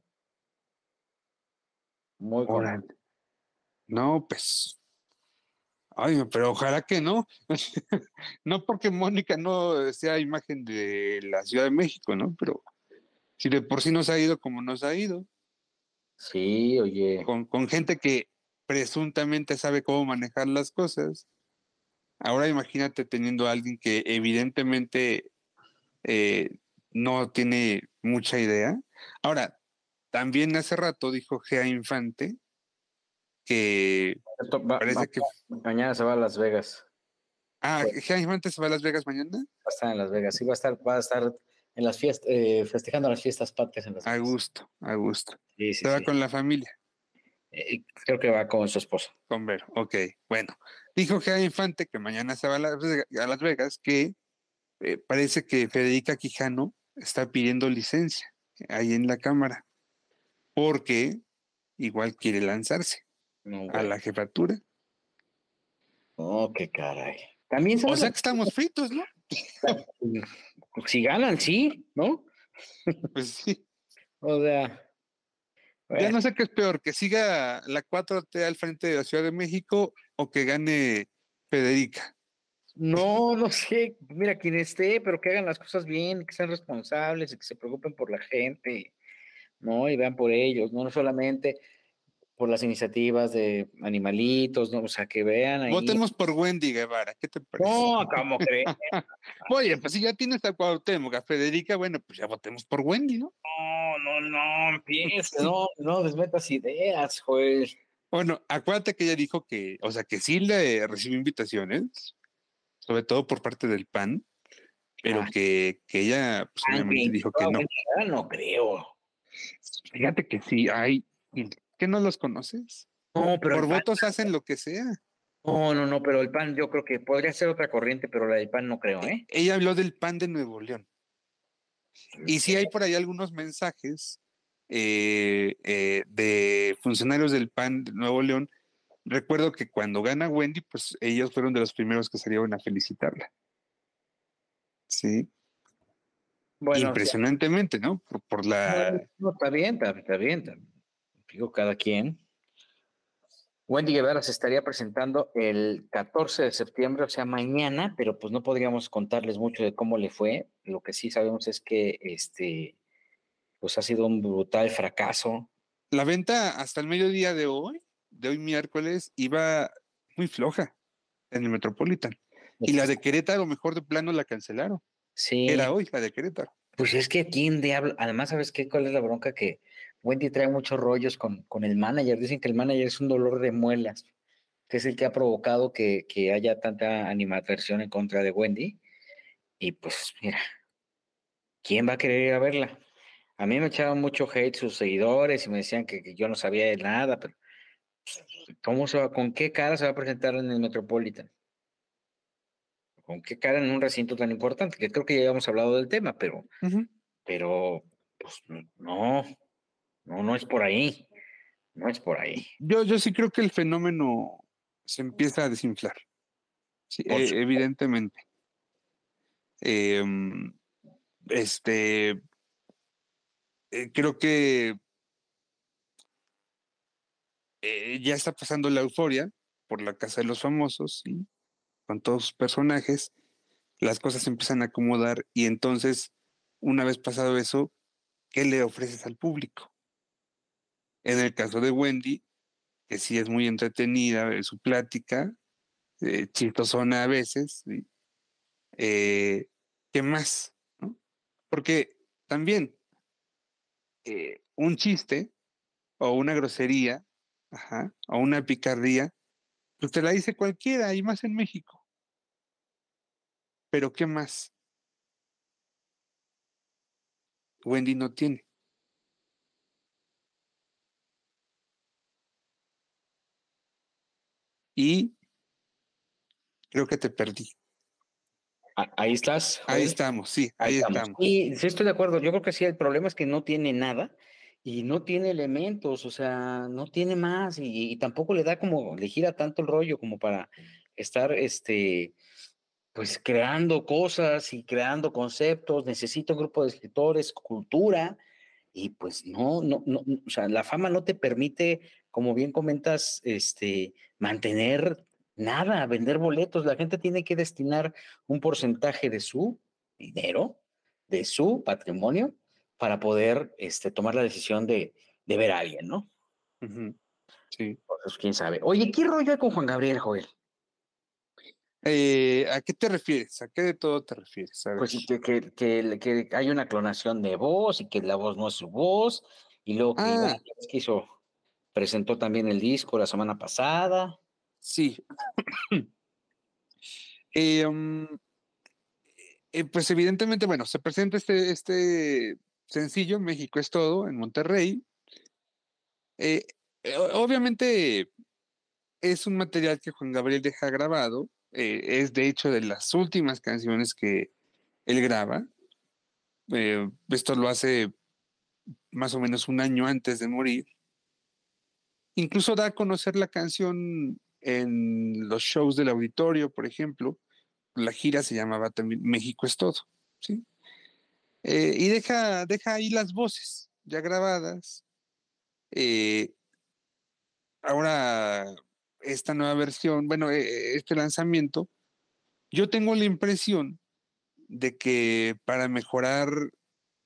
Muy compas. Órale. No, pues. Ay, pero ojalá que no. No porque Mónica no sea imagen de la Ciudad de México, ¿no? Pero si de por sí nos ha ido como nos ha ido, Sí, oye. con, con gente que presuntamente sabe cómo manejar las cosas. Ahora imagínate teniendo a alguien que evidentemente eh, no tiene mucha idea. Ahora, también hace rato dijo Gea Infante que Esto va- va- parece que... mañana se va a Las Vegas. Ah, Va Gea Infante se va a Las Vegas mañana. a estar en Las Vegas. Sí, va a estar, va a estar en las fiestas, eh, festejando las fiestas patrias en Las A Vegas. gusto, a gusto. Sí, sí, Se va sí. con la familia, Eh, creo que va con su esposa. con Vero. Ok, bueno. Dijo Gea Infante que mañana se va a Las, a Las Vegas, que eh, parece que Federica Quijano está pidiendo licencia ahí en la Cámara, porque igual quiere lanzarse No, a bueno. la jefatura. Oh, qué caray. También O sabes sea la... que estamos fritos, ¿no? Si ganan, sí, ¿no? Pues sí. O sea, Ya bueno, no sé qué es peor, que siga la cuatro T al frente de la Ciudad de México o que gane Federica. no, no sé, mira, quien esté, pero que hagan las cosas bien, que sean responsables y que se preocupen por la gente. ¿no? Y vean por ellos, no solamente por las iniciativas de animalitos, ¿no? O sea, que vean ahí. Votemos por Wendy Guevara, ¿qué te parece? No, ¿cómo crees? Oye, pues si ya tienes a Cuauhtémoc, a Federica, bueno, pues ya votemos por Wendy, ¿no? No, no, no, empieces, no, no desmetas ideas, Joel. Bueno, acuérdate que ella dijo que, o sea, que sí le recibió invitaciones, sobre todo por parte del P A N, pero Ah, que, que ella, pues obviamente dijo que no. No creo. Fíjate que sí, hay, ¿qué no los conoces? No, pero Por el P A N, votos hacen lo que sea. no, no, no, pero el P A N yo creo que podría ser otra corriente, pero la del P A N no creo, E- ¿eh? Ella habló del P A N de Nuevo León. Y sí hay por ahí algunos mensajes eh, eh, de funcionarios del P A N de Nuevo León. Recuerdo que cuando gana Wendy, pues ellos fueron de los primeros que salieron a felicitarla. Sí, Bueno, sí, impresionantemente, ¿no? Por, por no, la... no, está bien, está, está bien, está- digo, cada quien. Wendy Guevara se estaría presentando el catorce de septiembre, o sea, mañana, pero pues no podríamos contarles mucho de cómo le fue. Lo que sí sabemos es que este, pues ha sido un brutal fracaso. La venta hasta el mediodía de hoy, de hoy miércoles, iba muy floja en el Metropolitan. Y la de Querétaro, mejor de plano, la cancelaron. Sí, Era hoy la de Querétaro. pues es que quién diablo, además, ¿sabes qué? ¿Cuál es la bronca? Que Wendy trae muchos rollos con, con el manager. Dicen que el manager es un dolor de muelas, que es el que ha provocado que, que haya tanta animadversión en contra de Wendy. Y pues mira, ¿quién va a querer ir a verla? A mí me echaban mucho hate sus seguidores y me decían que, que yo no sabía de nada, pero ¿cómo se va, con qué cara se va a presentar en el Metropolitan? ¿Con qué cara en un recinto tan importante? Que creo que ya habíamos hablado del tema, pero, Ujú. pero, pues no, no, no es por ahí, no es por ahí. Yo, yo sí creo que el fenómeno se empieza a desinflar. Sí, Por e- su- evidentemente. Eh, este, eh, creo que eh, ya está pasando la euforia por la Casa de los Famosos, ¿sí? Con todos sus personajes, las cosas se empiezan a acomodar y entonces, una vez pasado eso, ¿qué le ofreces al público? En el caso de Wendy, que sí es muy entretenida en su plática, eh, chistosona a veces, ¿sí? Eh, ¿qué más? ¿No? Porque también eh, un chiste o una grosería, ajá, o una picardía, pues te la dice cualquiera, y más en México. Pero ¿qué más? Wendy no tiene. Y creo que te perdí. Ah, ahí estás, Ahí Joel. estamos, sí, Ahí ahí estamos. estamos. Y sí estoy de acuerdo. Yo creo que sí, el problema es que no tiene nada y no tiene elementos, o sea, no tiene más y, y tampoco le da como, le gira tanto el rollo como para estar, este, pues creando cosas y creando conceptos. Necesita un grupo de escritores, cultura y pues no, no, no, no, o sea, la fama no te permite, como bien comentas, este, mantener nada, vender boletos. La gente tiene que destinar un porcentaje de su dinero, de su patrimonio, para poder este, tomar la decisión de, de ver a alguien, ¿no? Ujú, sí. Pues quién sabe. Oye, ¿qué rollo hay con Juan Gabriel, Joel? Eh, ¿a qué te refieres? ¿A qué de todo te refieres? A ver. Pues sí, que, que, que, que hay una clonación de voz y que la voz no es su voz, y luego que Iván Ah, que hizo, presentó también el disco la semana pasada. sí. Eh, um, eh, pues evidentemente, bueno, se presenta este, este sencillo, México es todo, en Monterrey. Eh, eh, o- obviamente es un material que Juan Gabriel deja grabado, eh, es de hecho de las últimas canciones que él graba. Eh, esto lo hace más o menos un año antes de morir. Incluso da a conocer la canción en los shows del auditorio, por ejemplo. La gira se llamaba también México es todo, ¿sí? Eh, y deja, deja ahí las voces ya grabadas. Eh, ahora, esta nueva versión, bueno, eh, este lanzamiento, yo tengo la impresión de que para mejorar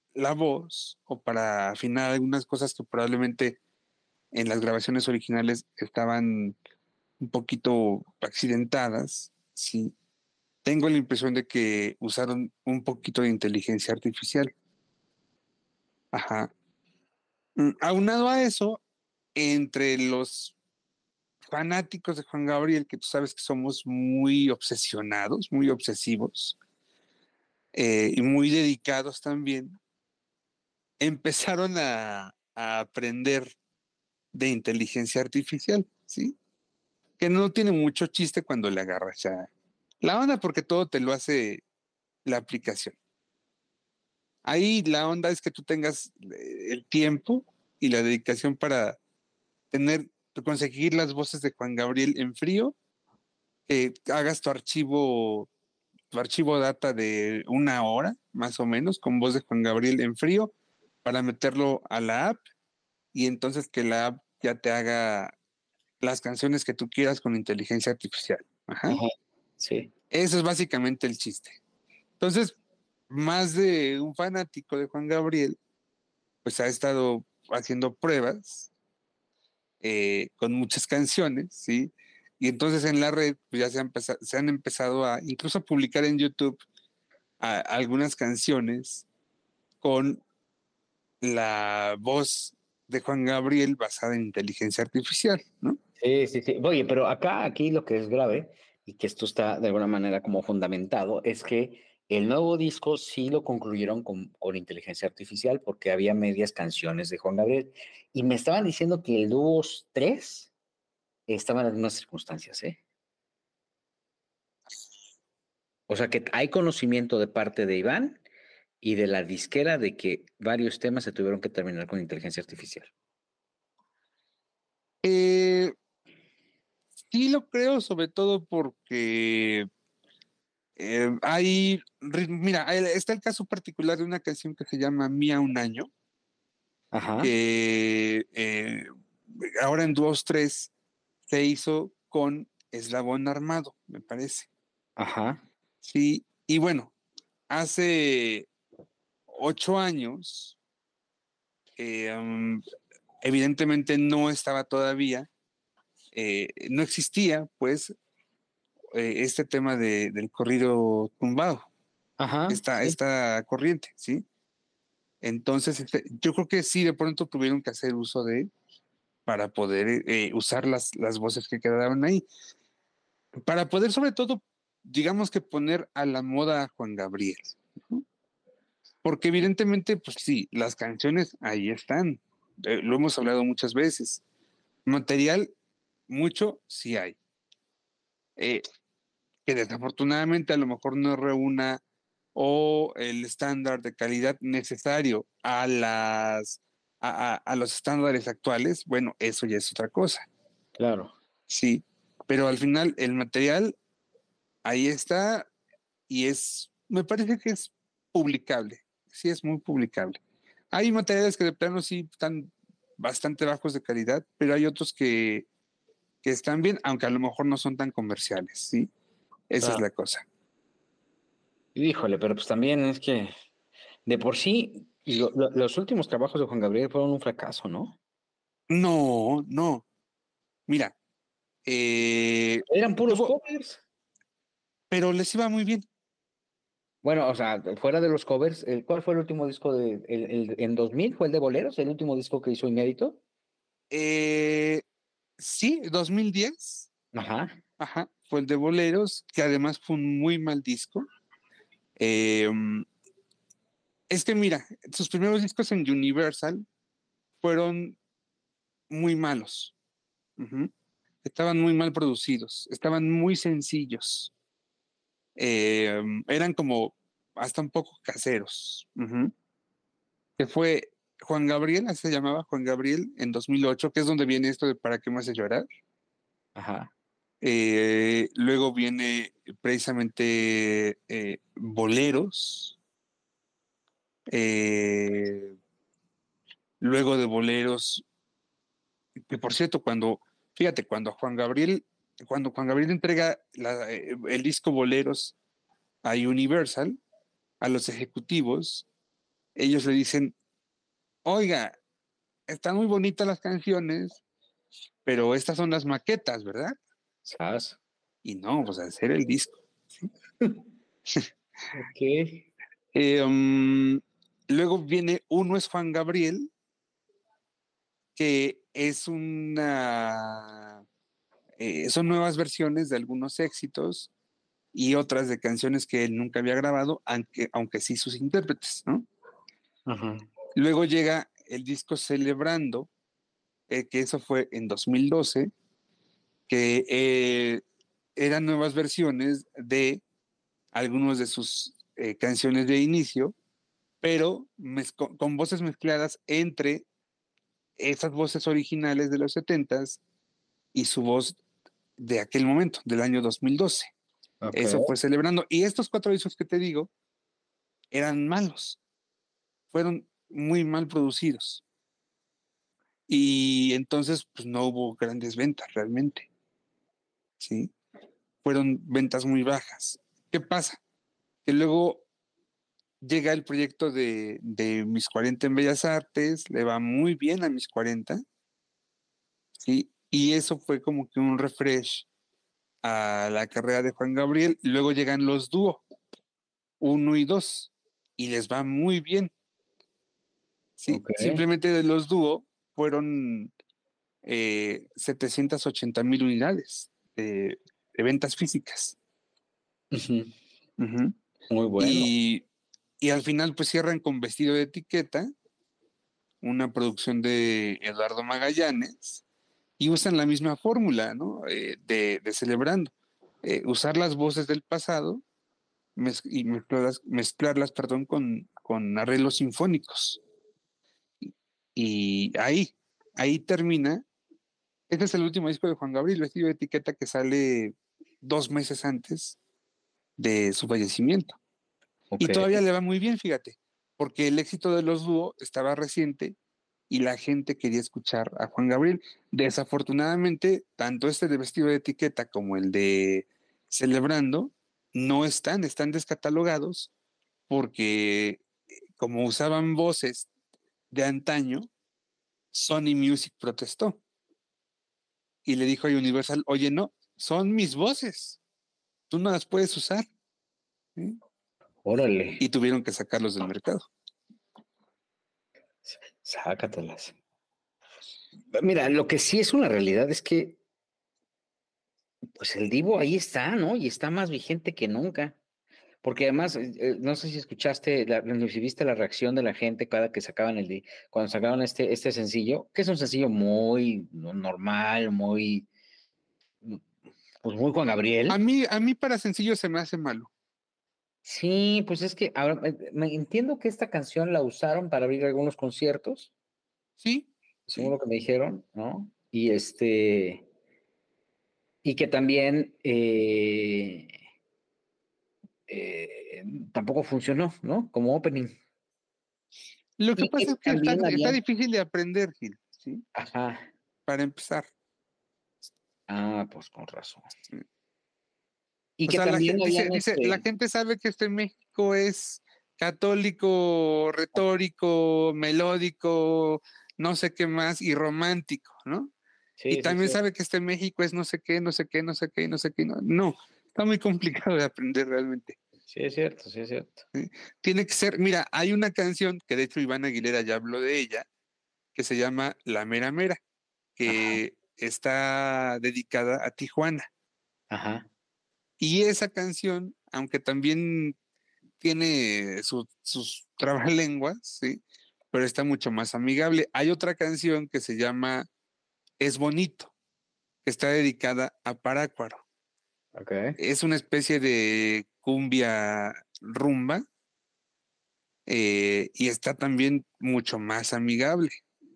la voz o para afinar algunas cosas que probablemente en las grabaciones originales estaban un poquito accidentadas, sí. Tengo la impresión de que usaron un poquito de inteligencia artificial. Ajá. Mm, Aunado a eso, entre los fanáticos de Juan Gabriel, que tú sabes que somos muy obsesionados, muy obsesivos eh, y muy dedicados también, empezaron a, a aprender de inteligencia artificial, ¿sí? Que no tiene mucho chiste cuando le agarras ya la onda porque todo te lo hace la aplicación. Ahí la onda es que tú tengas eh, el tiempo y la dedicación para tener, conseguir las voces de Juan Gabriel en frío, eh, hagas tu archivo, tu archivo data de una hora, más o menos, con voz de Juan Gabriel en frío, para meterlo a la app y entonces que la app ya te haga las canciones que tú quieras con inteligencia artificial. Ajá. Ajá, sí. Eso es básicamente el chiste. Entonces, más de un fanático de Juan Gabriel, pues ha estado haciendo pruebas eh, con muchas canciones, ¿sí? Y entonces en la red pues ya se, han se han empezado a incluso a publicar en YouTube a, algunas canciones con la voz de Juan Gabriel basada en inteligencia artificial, ¿no? Sí, sí, sí. Oye, pero acá, aquí lo que es grave, y que esto está de alguna manera como fundamentado, es que el nuevo disco sí lo concluyeron con, con inteligencia artificial porque había medias canciones de Juan Gabriel. Y me estaban diciendo que el dos tres estaba en algunas circunstancias, ¿eh? O sea que hay conocimiento de parte de Iván y de la disquera de que varios temas se tuvieron que terminar con inteligencia artificial. Eh, sí lo creo, sobre todo porque eh, hay, mira, está el caso particular de una canción que se llama Mía un año, Ajá. que eh, ahora en dos tres se hizo con Eslabón Armado, me parece. Ajá. Sí, y bueno, hace ocho años, eh, um, evidentemente no estaba todavía, eh, no existía, pues, eh, este tema de, del corrido tumbado, Ajá. esta, Sí. esta corriente, ¿sí? Entonces, este, yo creo que sí, de pronto tuvieron que hacer uso de, para poder eh, usar las, las voces que quedaban ahí. Para poder, sobre todo, digamos que poner a la moda a Juan Gabriel. ¿No? Porque evidentemente, pues sí, las canciones ahí están. Eh, lo hemos hablado muchas veces. Material, mucho sí hay. Eh, que desafortunadamente a lo mejor no reúna o el estándar de calidad necesario a las a, a, a los estándares actuales, bueno, eso ya es otra cosa. Claro. Sí, pero al final el material ahí está y es, me parece que es publicable, sí es muy publicable. Hay materiales que de plano sí están bastante bajos de calidad, pero hay otros que, que están bien, aunque a lo mejor no son tan comerciales, ¿sí? Esa es Claro. la cosa. Híjole, pero pues también es que de por sí lo- lo- los últimos trabajos de Juan Gabriel fueron un fracaso, ¿no? No, no. Mira, eh, Eran puros tuvo, covers. pero les iba muy bien. Bueno, o sea, fuera de los covers, el- ¿cuál fue el último disco de el, el- en dos mil fue el de Boleros, el último disco que hizo inédito? Eh, sí, dos mil diez, Ajá, ajá, fue el de Boleros, que además fue un muy mal disco. Eh, es que mira, sus primeros discos en Universal fueron muy malos. Ujú. Estaban muy mal producidos, estaban muy sencillos. Eh, eran como hasta un poco caseros. Ujú. Que fue Juan Gabriel, así se llamaba Juan Gabriel, en dos mil ocho, que es donde viene esto de ¿Para qué me hace llorar? ajá. Eh, luego viene precisamente eh, Boleros. Eh, luego de Boleros, que por cierto, cuando, fíjate, cuando Juan Gabriel, cuando Juan Gabriel entrega la, eh, el disco Boleros a Universal, a los ejecutivos, ellos le dicen, oiga, están muy bonitas las canciones, pero estas son las maquetas, ¿verdad? ¿Sabes? Y no, pues hacer el disco. Ok. Eh, um, luego viene Uno es Juan Gabriel, que es una... eh, son nuevas versiones de algunos éxitos y otras de canciones que él nunca había grabado, aunque, aunque sí sus intérpretes, ¿no? Ajá. Luego llega el disco Celebrando, eh, que eso fue en dos mil doce, que eh, eran nuevas versiones de algunas de sus eh, canciones de inicio, pero con, con voces mezcladas entre esas voces originales de los setentas y su voz de aquel momento, del año dos mil doce. Okay. Eso fue Celebrando. Y estos cuatro discos que te digo eran malos, fueron muy mal producidos. Y entonces, pues no hubo grandes ventas realmente. ¿Sí? Fueron ventas muy bajas. ¿Qué pasa? Que luego llega el proyecto de, de Mis cuarenta en Bellas Artes, le va muy bien a Mis cuarenta, ¿sí? Y eso fue como que un refresh a la carrera de Juan Gabriel. Luego llegan los dúo, uno y dos, y les va muy bien. ¿Sí? Okay. Simplemente de los dúo fueron eh, setecientas ochenta mil unidades de, de ventas físicas. Uh-huh. Uh-huh. Muy bueno. Y, y al final pues cierran con Vestido de Etiqueta, una producción de Eduardo Magallanes, y usan la misma fórmula, ¿no? Eh, de, de Celebrando. Eh, usar las voces del pasado mez y mezclarlas, mezclarlas perdón, con, con arreglos sinfónicos. Y, y ahí, ahí termina. Este es el último disco de Juan Gabriel, Vestido de Etiqueta, que sale dos meses antes de su fallecimiento. Okay. Y todavía le va muy bien, fíjate, porque el éxito de los dúo estaba reciente y la gente quería escuchar a Juan Gabriel. Desafortunadamente, tanto este de Vestido de Etiqueta como el de Celebrando no están, están descatalogados porque como usaban voces de antaño, Sony Music protestó y le dijo a Universal, oye, no, son mis voces, tú no las puedes usar. ¿Sí? Órale. Y tuvieron que sacarlos del mercado. Sácatelas. Mira, lo que sí es una realidad es que pues el Divo ahí está, ¿no? Y está más vigente que nunca. Porque además, eh, no sé si escuchaste, la, si viste la reacción de la gente cada que sacaban el, cuando sacaban este, este sencillo, que es un sencillo muy normal, muy, pues muy Juan Gabriel. A mí, a mí para sencillo se me hace malo. Sí, pues es que ahora me entiendo que esta canción la usaron para abrir algunos conciertos. Sí. Según sí. lo que me dijeron, ¿no? Y este, y que también eh, eh, tampoco funcionó, ¿no? Como opening. Lo que y pasa que es que está, había... está difícil de aprender, Gil, ¿sí? Ajá. Para empezar. Ah, pues con razón. Sí. Y o que sea, también la, dice, habían dice, este... la gente sabe que este México es católico, retórico, melódico, no sé qué más, y romántico, ¿no? Sí, y sí, también sí. sabe que este México es no sé qué, no sé qué, no sé qué, no sé qué. No, no está muy complicado de aprender realmente. Sí, es cierto, sí, es cierto. ¿Sí? Tiene que ser, mira, hay una canción que de hecho Iván Aguilera ya habló de ella, que se llama La Mera Mera, que Ajá. está dedicada a Tijuana. Ajá. Y esa canción, aunque también tiene su, sus trabalenguas, ¿sí? Pero está mucho más amigable. Hay otra canción que se llama Es Bonito, que está dedicada a Parácuaro. Okay. Es una especie de cumbia rumba eh, y está también mucho más amigable.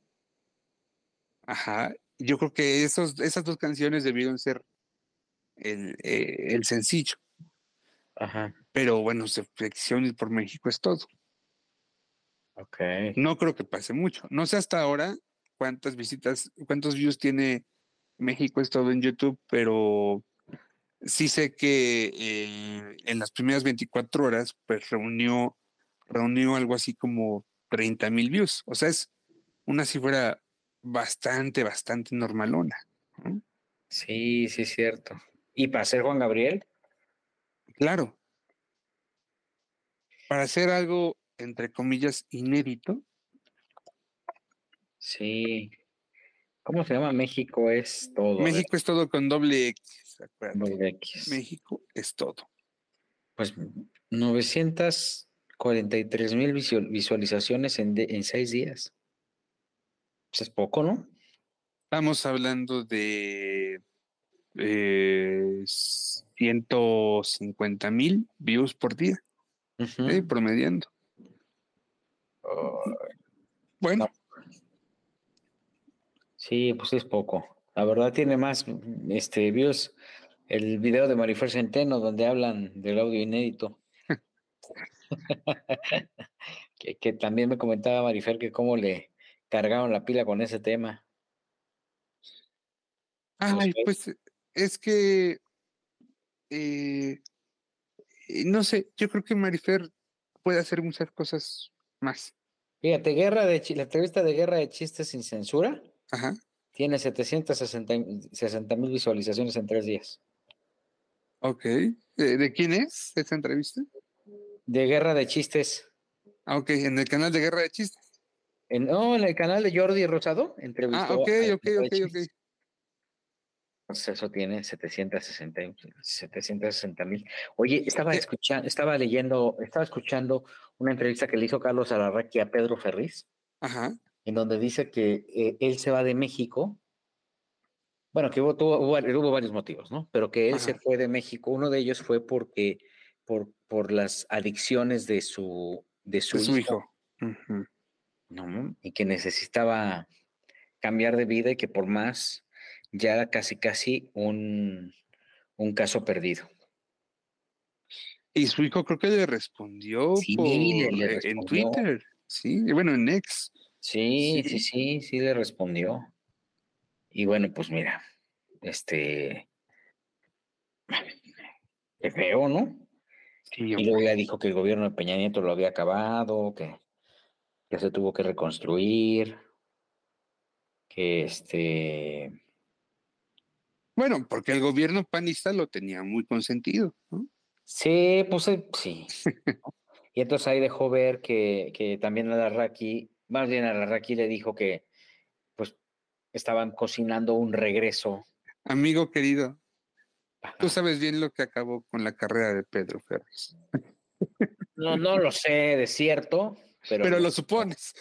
Ajá. Yo creo que esos, esas dos canciones debieron ser el, eh, el sencillo. Ajá. Pero bueno, Selección por México es todo. Okay. No creo que pase mucho. No sé hasta ahora cuántas visitas, cuántos views tiene México es todo en YouTube, pero sí sé que eh, en las primeras veinticuatro horas, pues reunió, reunió algo así como treinta mil views. O sea, es una cifra bastante, bastante normalona, ¿no? Sí, sí, es cierto. ¿Y para ser Juan Gabriel? Claro, para hacer algo, entre comillas, inédito. Sí. ¿Cómo se llama? México es todo. A ver, México es todo con doble X, acuérdate. doble X. México es todo. Pues novecientas cuarenta y tres mil visual- visualizaciones en, de- en seis días. Pues es poco, ¿no? Estamos hablando de eh, ciento cincuenta mil views por día, Ujú. ¿eh? Promediando. Oh, Bueno, no. Sí, pues es poco. La verdad tiene más este, views el video de Marifer Centeno donde hablan del audio inédito. Que, que también me comentaba Marifer que cómo le cargaron la pila con ese tema. Los ay, fans. pues es que eh, eh, no sé, yo creo que Marifer puede hacer muchas cosas más. Fíjate, guerra de Chi- la entrevista de Guerra de Chistes sin censura Ajá, tiene setecientas sesenta mil visualizaciones en tres días. ok. ¿De, de quién es esta entrevista? De Guerra de Chistes. Ah, ok, en el canal de Guerra de Chistes. En, no, en el canal de Jordi Rosado Ah, entrevistó ok, a ok, Guerra de ok, ok. Chistes. Pues eso tiene setecientos sesenta mil. Oye, estaba Eh, escuchando, estaba leyendo, estaba escuchando una entrevista que le hizo Carlos Alarraqui a Pedro Ferriz, ajá, en donde dice que eh, él se va de México. Bueno, que hubo, tuvo- hubo, hubo varios motivos, ¿no? Pero que él se ajá. fue de México. Uno de ellos fue porque, por, por las adicciones de su, de De su su hijo, hijo. Ujú. ¿no? Y que necesitaba cambiar de vida y que por más ya era casi casi un, un caso perdido. Y su hijo creo que le respondió Sí, le, por le eh, en respondió. Twitter, sí, y bueno, en X, Sí, sí, sí. sí, sí le respondió. Y bueno, pues mira, este, qué feo, ¿no? Sí, Y luego hombre. ya dijo que el gobierno de Peña Nieto lo había acabado, que, que se tuvo que reconstruir, que este, Bueno, porque el gobierno panista lo tenía muy consentido, ¿no? sí, pues eh, sí. Y entonces ahí dejó ver que, que también a Larraqui, más bien a Larraqui le dijo que pues estaban cocinando un regreso. Amigo querido, tú Ajá. sabes bien lo que acabó con la carrera de Pedro Ferriz, No, no lo sé de cierto, pero pero lo- lo supones.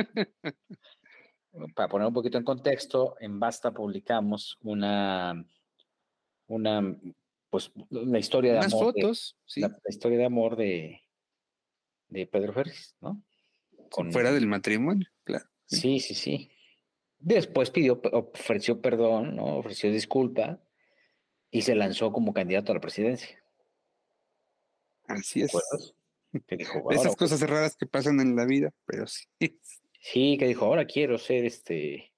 para poner un poquito en contexto, en Basta publicamos una, una, pues, la historia de Unas amor de, fotos, la, sí, la historia de amor de, de Pedro Ferriz, ¿no? sí, fuera Con, del matrimonio, claro. Sí. sí, sí, sí. Después pidió, ofreció perdón, ¿no? Ofreció disculpa y se lanzó como candidato a la presidencia. Así ¿Te es. acuerdas? Que dijo, De ahora, esas cosas raras que pasan en la vida, pero sí. sí, que dijo, ahora quiero ser este,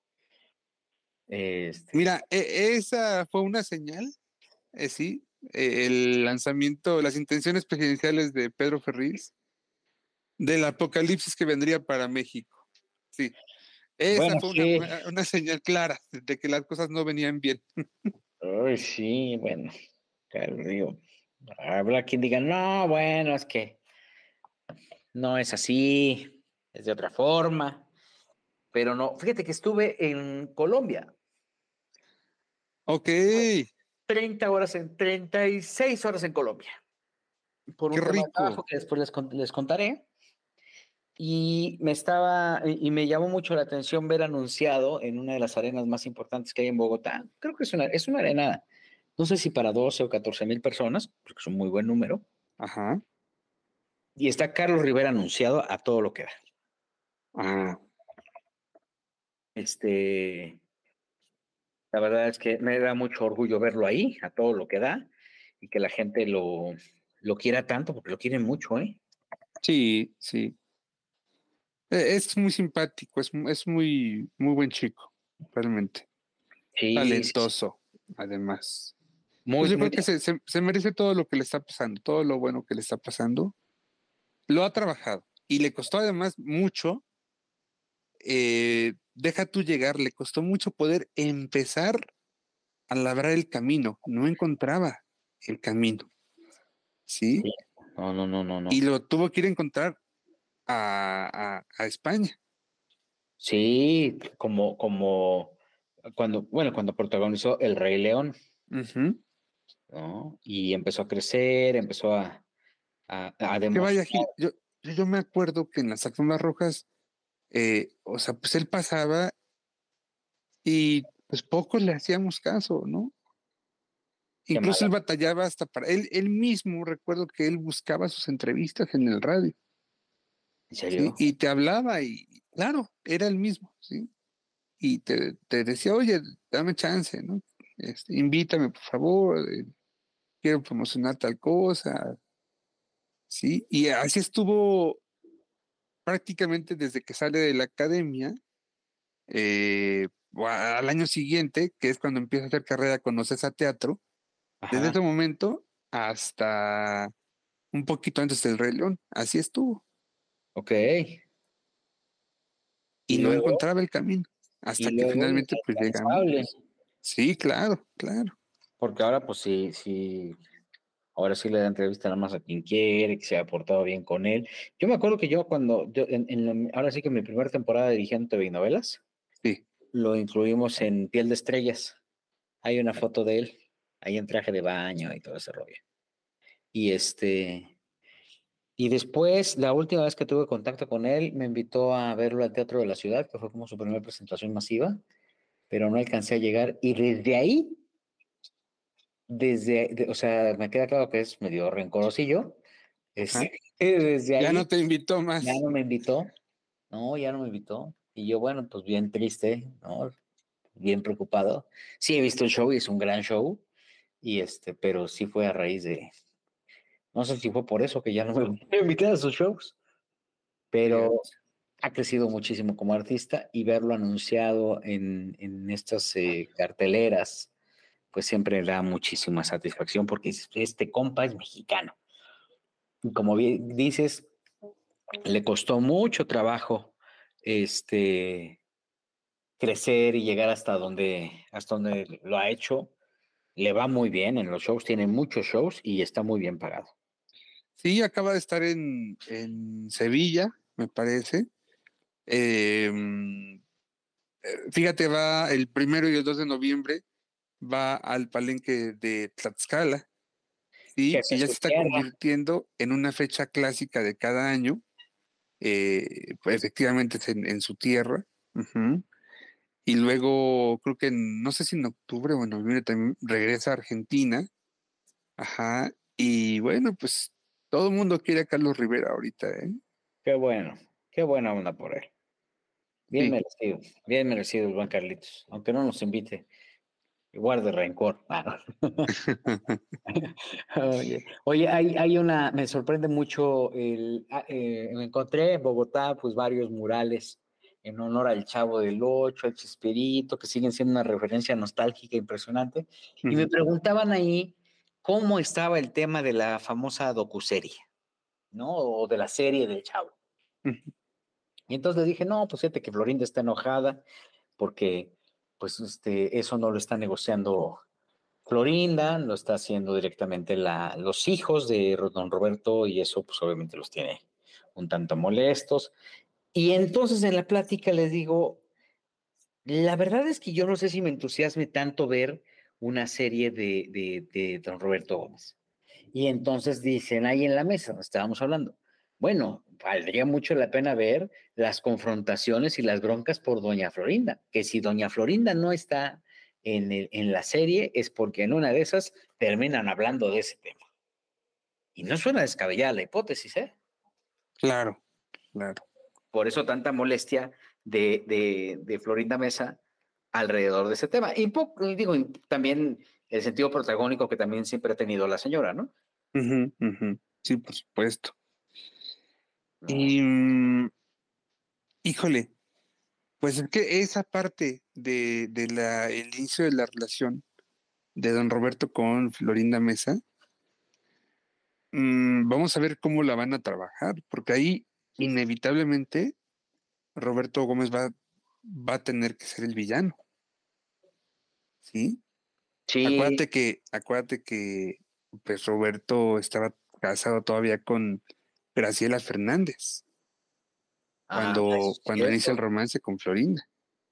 este, Mira, e- esa fue una señal, eh, sí, eh, el lanzamiento, las intenciones presidenciales de Pedro Ferriz del apocalipsis que vendría para México. Sí, esa bueno, fue una, sí, una, una señal clara de que las cosas no venían bien. ay, sí, bueno, claro, digo, habrá quien diga, no, bueno, es que no es así, es de otra forma, pero no, fíjate que estuve en Colombia, Ok, treinta horas en, treinta y seis horas en Colombia, por qué un tema de trabajo rico. que después les, les contaré. Y me estaba, y me llamó mucho la atención ver anunciado en una de las arenas más importantes que hay en Bogotá. Creo que es una, es una arena, no sé si para doce o catorce mil personas, porque es un muy buen número. Ajá. Y está Carlos Rivera anunciado a todo lo que da. Ah, Este, la verdad es que me da mucho orgullo verlo ahí, a todo lo que da, y que la gente lo, lo quiera tanto, porque lo quieren mucho, ¿eh? sí, sí. Eh, Es muy simpático, es, mu- es muy, muy buen chico, realmente. Sí, sí, sí. Talentoso, además. Pues Muy, yo muy, creo que se, se, se merece todo lo que le está pasando, todo lo bueno que le está pasando. Lo ha trabajado y le costó además mucho, eh, deja tú llegar, le costó mucho poder empezar a labrar el camino, no encontraba el camino, ¿sí? Sí. No, no, no, no, no. Y lo tuvo que ir a encontrar a, a, a España. Sí, como, como cuando, bueno, cuando protagonizó El Rey León, Uh-huh. ¿no? Y empezó a crecer, empezó a, a, a Que vaya, demostrar. Gil, yo, yo, yo me acuerdo que en las alfombras rojas, eh, o sea, pues él pasaba y pues pocos le hacíamos caso, ¿no? Qué Incluso mala. él batallaba hasta para él, él mismo, recuerdo que él buscaba sus entrevistas en el radio, ¿En ¿sí? serio? Y te hablaba y, claro, era el mismo, ¿sí? Y te, te decía, oye, dame chance, ¿no? Este, invítame, por favor, eh, quiero promocionar tal cosa, ¿sí? Y así estuvo prácticamente desde que sale de la academia, eh, o a- al año siguiente, que es cuando empieza a hacer carrera con Ocesa Teatro, desde Ajá. ese momento hasta un poquito antes del Rey León, así estuvo. Ok. Y Y no luego, encontraba el camino, y hasta que luego finalmente pues llegamos. incansable. Sí, claro, claro. Porque ahora, pues sí, sí, ahora sí le da entrevista nada más a quien quiere, que se ha portado bien con él. Yo me acuerdo que yo cuando, yo, en, en la- ahora sí que en mi primera temporada dirigiendo T V y novelas, Sí. lo incluimos en Piel de Estrellas. Hay una foto de él, ahí en traje de baño y todo ese rollo. Y este, y después, la última vez que tuve contacto con él, me invitó a verlo al Teatro de la Ciudad, que fue como su primera presentación masiva, pero no alcancé a llegar. Y desde ahí, desde, de- o sea, me queda claro que es medio rencorosillo. Ajá. Este, desde Ya no ahí te invitó ya más. no me invitó, no, ya no me invitó. Y yo, bueno, pues bien triste, ¿no? Bien preocupado. Sí, he visto el show y es un gran show, y este, pero sí fue a raíz de, no sé si fue por eso que ya no me invité a sus shows, pero Fíjate. ha crecido muchísimo como artista y verlo anunciado en, en estas eh, carteleras, pues siempre da muchísima satisfacción porque es- este compa es mexicano. Y como bien dices, le costó mucho trabajo este, crecer y llegar hasta donde, hasta donde lo ha hecho. Le va muy bien en los shows, tiene muchos shows y está muy bien pagado. Sí, acaba de estar en, en Sevilla, me parece. Em, Fíjate, va el primero y el dos de noviembre, va al Palenque de Tlaxcala, Que ¿sí? es Que en ya su se está tierra. convirtiendo en una fecha clásica de cada año. Eh, pues efectivamente es en, en su tierra. Ujú. Y luego creo que en- no sé si en octubre o en noviembre también regresa a Argentina. Ajá. Y bueno, pues todo el mundo quiere a Carlos Rivera ahorita, ¿eh? Qué bueno, qué buena onda por él. Bien Sí. merecido, bien merecido el buen Carlitos, aunque no nos invite, y guarde rencor. Ah, Oye, oye, hay, hay una, me sorprende mucho, el, ah, eh, me encontré en Bogotá pues varios murales en honor al Chavo del Ocho, al Chespirito, que siguen siendo una referencia nostálgica impresionante, y me Ujú. preguntaban ahí cómo estaba el tema de la famosa docuserie, ¿no? O de la serie del Chavo. Ujú. Y entonces le dije, no, pues fíjate que Florinda está enojada porque pues este, eso no lo está negociando Florinda, lo está haciendo directamente la, los hijos de don Roberto y eso pues obviamente los tiene un tanto molestos. Y entonces en la plática les digo, la verdad es que yo no sé si me entusiasme tanto ver una serie de, de, de don Roberto Gómez. Y entonces dicen ahí en la mesa, estábamos hablando, bueno, valdría mucho la pena ver las confrontaciones y las broncas por doña Florinda, que si doña Florinda no está en, el, en la serie es porque en una de esas terminan hablando de ese tema. Y no suena descabellada la hipótesis, ¿eh? Claro, claro. Por eso tanta molestia de, de, de Florinda Mesa alrededor de ese tema. Y, poco, y digo, y también el sentido protagónico que también siempre ha tenido la señora, ¿no? Ujú, ujú. Sí, por supuesto. No. Y mm, híjole, pues es que esa parte de, de la, el inicio de la relación de don Roberto con Florinda Mesa, mm, vamos a ver cómo la van a trabajar, porque ahí inevitablemente Roberto Gómez va, va a tener que ser el villano, ¿sí? Sí, Acuérdate que, acuérdate que pues Roberto estaba casado todavía con Graciela Fernández ah, cuando, es cuando inicia el cierto, romance con Florinda.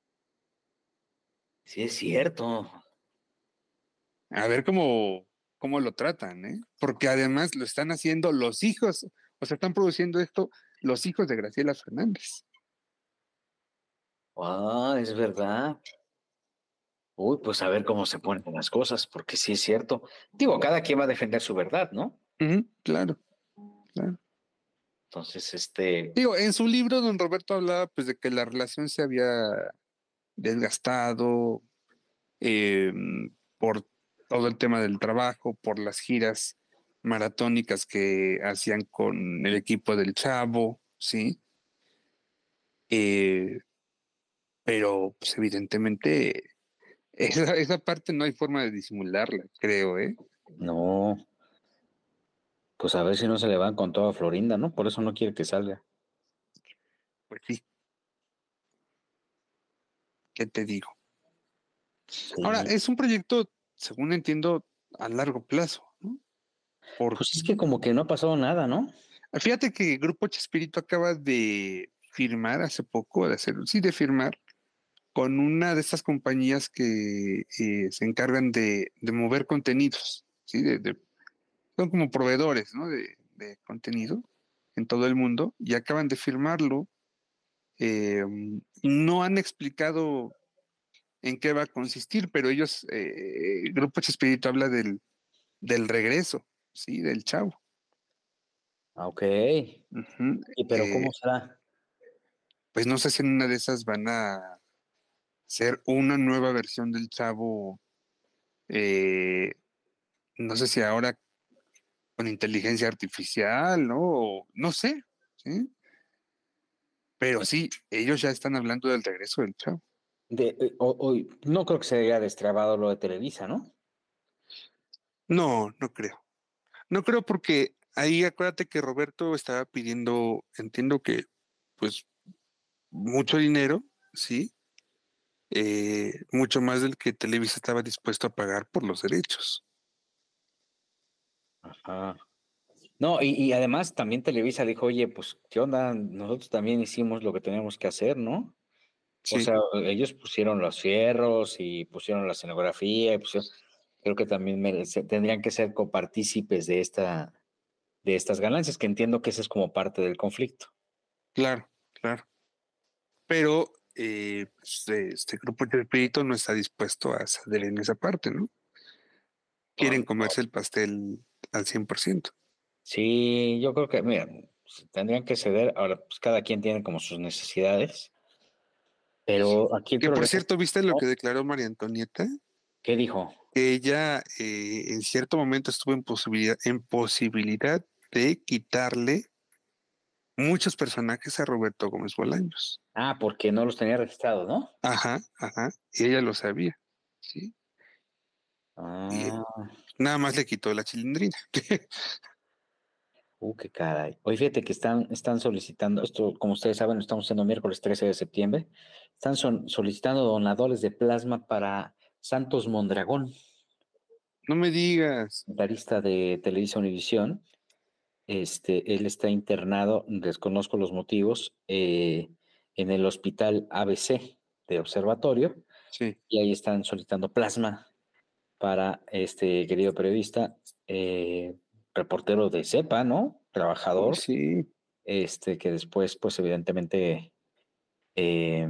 sí es cierto. A ver cómo, cómo lo tratan, ¿eh? Porque además lo están haciendo los hijos, o sea, están produciendo esto los hijos de Graciela Fernández. Ah, es verdad. Uy, pues a ver cómo se ponen las cosas, porque sí es cierto. Digo, cada quien va a defender su verdad, ¿no? Ujú, claro, claro. Entonces, este, Digo, en su libro, don Roberto hablaba pues de que la relación se había desgastado eh, por todo el tema del trabajo, por las giras maratónicas que hacían con el equipo del Chavo, ¿sí? Eh, pero pues evidentemente esa, esa parte no hay forma de disimularla, creo, ¿eh? no, pues a ver si no se le van con toda Florinda, ¿no? Por eso no quiere que salga. Pues sí, ¿qué te digo? Ahora, Sí. es un proyecto, según entiendo, a largo plazo, ¿no? Porque Pues es que como que no ha pasado nada, ¿no? fíjate que Grupo Chespirito acaba de firmar hace poco, de hacer, sí, de firmar con una de estas compañías que eh, se encargan de, de mover contenidos, ¿sí? De, de- son como proveedores, ¿no? De, de contenido en todo el mundo y acaban de firmarlo. eh, no han explicado en qué va a consistir, pero ellos, eh, Grupo Chespirito habla del, del regreso, ¿sí? Del Chavo. Ah, ok. Ujú. ¿Y pero Eh, cómo será? pues no sé si en una de esas van a ser una nueva versión del Chavo, eh, no sé si ahora con inteligencia artificial, ¿no? O no sé, ¿sí? Pero sí, ellos ya están hablando del regreso del Chavo. De, eh, ho- hoy, no creo que se haya destrabado lo de Televisa, ¿no? No, no creo. No creo porque ahí acuérdate que Roberto estaba pidiendo, entiendo que, pues, mucho dinero, ¿sí? Eh, mucho más del que Televisa estaba dispuesto a pagar por los derechos. Ajá. No, y, y además también Televisa dijo, oye, pues, ¿qué onda? Nosotros también hicimos lo que teníamos que hacer, ¿no? O Sí, sea, ellos pusieron los fierros y pusieron la escenografía y pusieron, creo que también merece- tendrían que ser copartícipes de esta, de estas ganancias, que entiendo que ese es como parte del conflicto. claro, claro. Pero eh, pues, este grupo de espíritu no está dispuesto a ceder en esa parte, ¿no? Ah, Quieren comerse el pastel al cien por ciento. sí, yo creo que, mira, pues, tendrían que ceder. Ahora, pues cada quien tiene como sus necesidades, pero aquí el Que por problema es, cierto, ¿viste lo ¿no? que declaró María Antonieta? ¿Qué dijo? Que ella eh, en cierto momento estuvo en posibilidad, en posibilidad de quitarle muchos personajes a Roberto Gómez Bolaños. Ah, porque no los tenía registrados, ¿no? Ajá, ajá, y ella lo sabía, ¿sí? Y eh, Ah, nada más le quitó la chilindrina. uh, qué caray. Oye, fíjate que están, están solicitando, esto, como ustedes saben, lo estamos haciendo miércoles trece de septiembre, están son- solicitando donadores de plasma para Santos Mondragón, No me digas. comentarista de Televisa Univisión. Este, él está internado, desconozco los motivos, eh, en el hospital A B C de Observatorio, Sí, y ahí están solicitando plasma para este querido periodista, eh, reportero de CEPA, ¿no? uy, Trabajador, sí. este, que después, pues evidentemente, eh,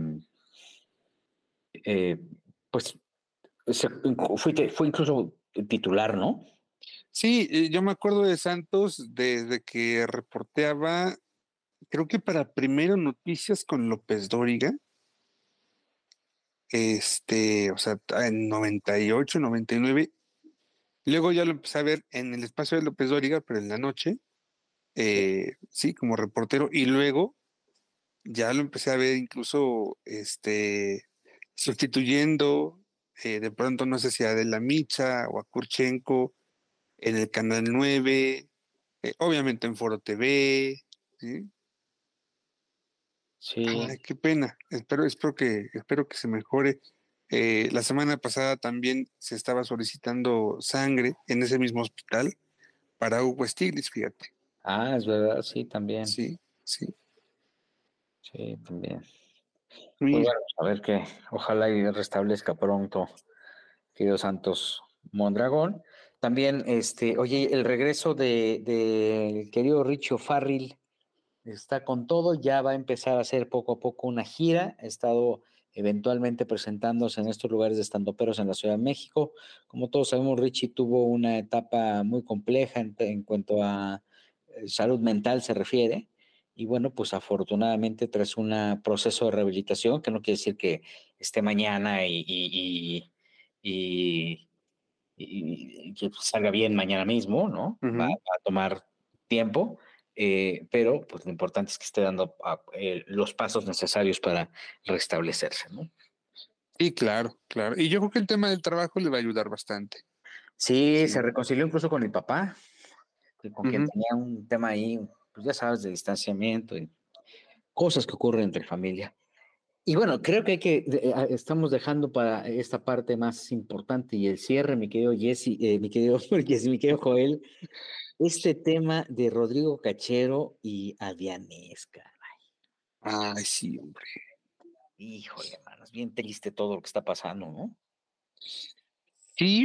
eh, pues se- fue, fue incluso titular, ¿no? Sí, eh, yo me acuerdo de Santos desde que reporteaba, creo que para Primero Noticias con López Dóriga, este, o sea, en noventa y ocho, noventa y nueve. Luego ya lo empecé a ver en el espacio de López Dóriga, pero en la noche, eh, sí, como reportero. Y luego ya lo empecé a ver incluso, este, sustituyendo, eh, de pronto no sé si a Adela Micha o a Kurchenko en el Canal nueve, eh, obviamente en Foro T V, ¿sí? Sí, Ay, qué pena. Espero, espero que, espero que se mejore. Eh, la semana pasada también se estaba solicitando sangre en ese mismo hospital para Hugo Stiglitz, fíjate. ah, es verdad, sí, también, Sí, sí. sí, también. Pues Mira, bueno, a ver que ojalá y restablezca pronto, querido Santos Mondragón. También, este, oye, el regreso de, del querido Richo Farril está con todo, ya va a empezar a hacer poco a poco una gira, ha estado eventualmente presentándose en estos lugares de estandoperos en la Ciudad de México. Como todos sabemos, Richie tuvo una etapa muy compleja en, en cuanto a eh, salud mental se refiere, y bueno, pues afortunadamente tras un proceso de rehabilitación, que no quiere decir que esté mañana y, y, y, y, y que salga bien mañana mismo, ¿no? Va, ujú. va a tomar tiempo, eh, pero pues lo importante es que esté dando a, eh, los pasos necesarios para restablecerse, ¿no? Sí, claro, claro. Y yo creo que el tema del trabajo le va a ayudar bastante. Sí, se Sí. reconcilió incluso con el papá, que con quien Ujú. tenía un tema ahí, pues ya sabes, de distanciamiento y cosas que ocurren entre familia. Y bueno, creo que hay que, de- a- estamos dejando para esta parte más importante y el cierre, mi querido Jesse, eh, mi querido Jesse, mi querido Joel, este tema de Rodrigo Cachero y Adianesca. Ay, sí, hombre. Híjole, mano, es bien triste todo lo que está pasando, ¿no? Sí,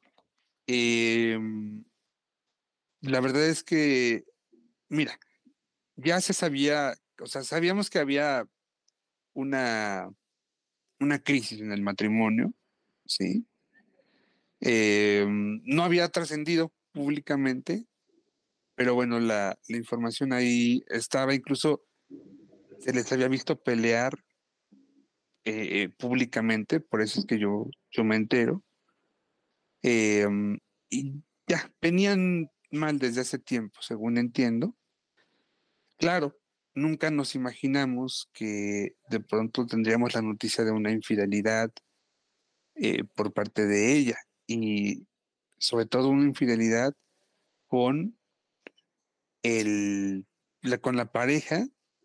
em, la verdad es que, mira, ya se sabía, o sea, sabíamos que había una, una crisis en el matrimonio, ¿sí? Em, no había trascendido públicamente, pero bueno, la, la información ahí estaba, incluso se les había visto pelear eh, eh, públicamente, por eso es que yo, yo me entero. Em, y ya, venían mal desde hace tiempo, según entiendo. Claro, nunca nos imaginamos que de pronto tendríamos la noticia de una infidelidad eh, por parte de ella y sobre todo una infidelidad con el, la, con la pareja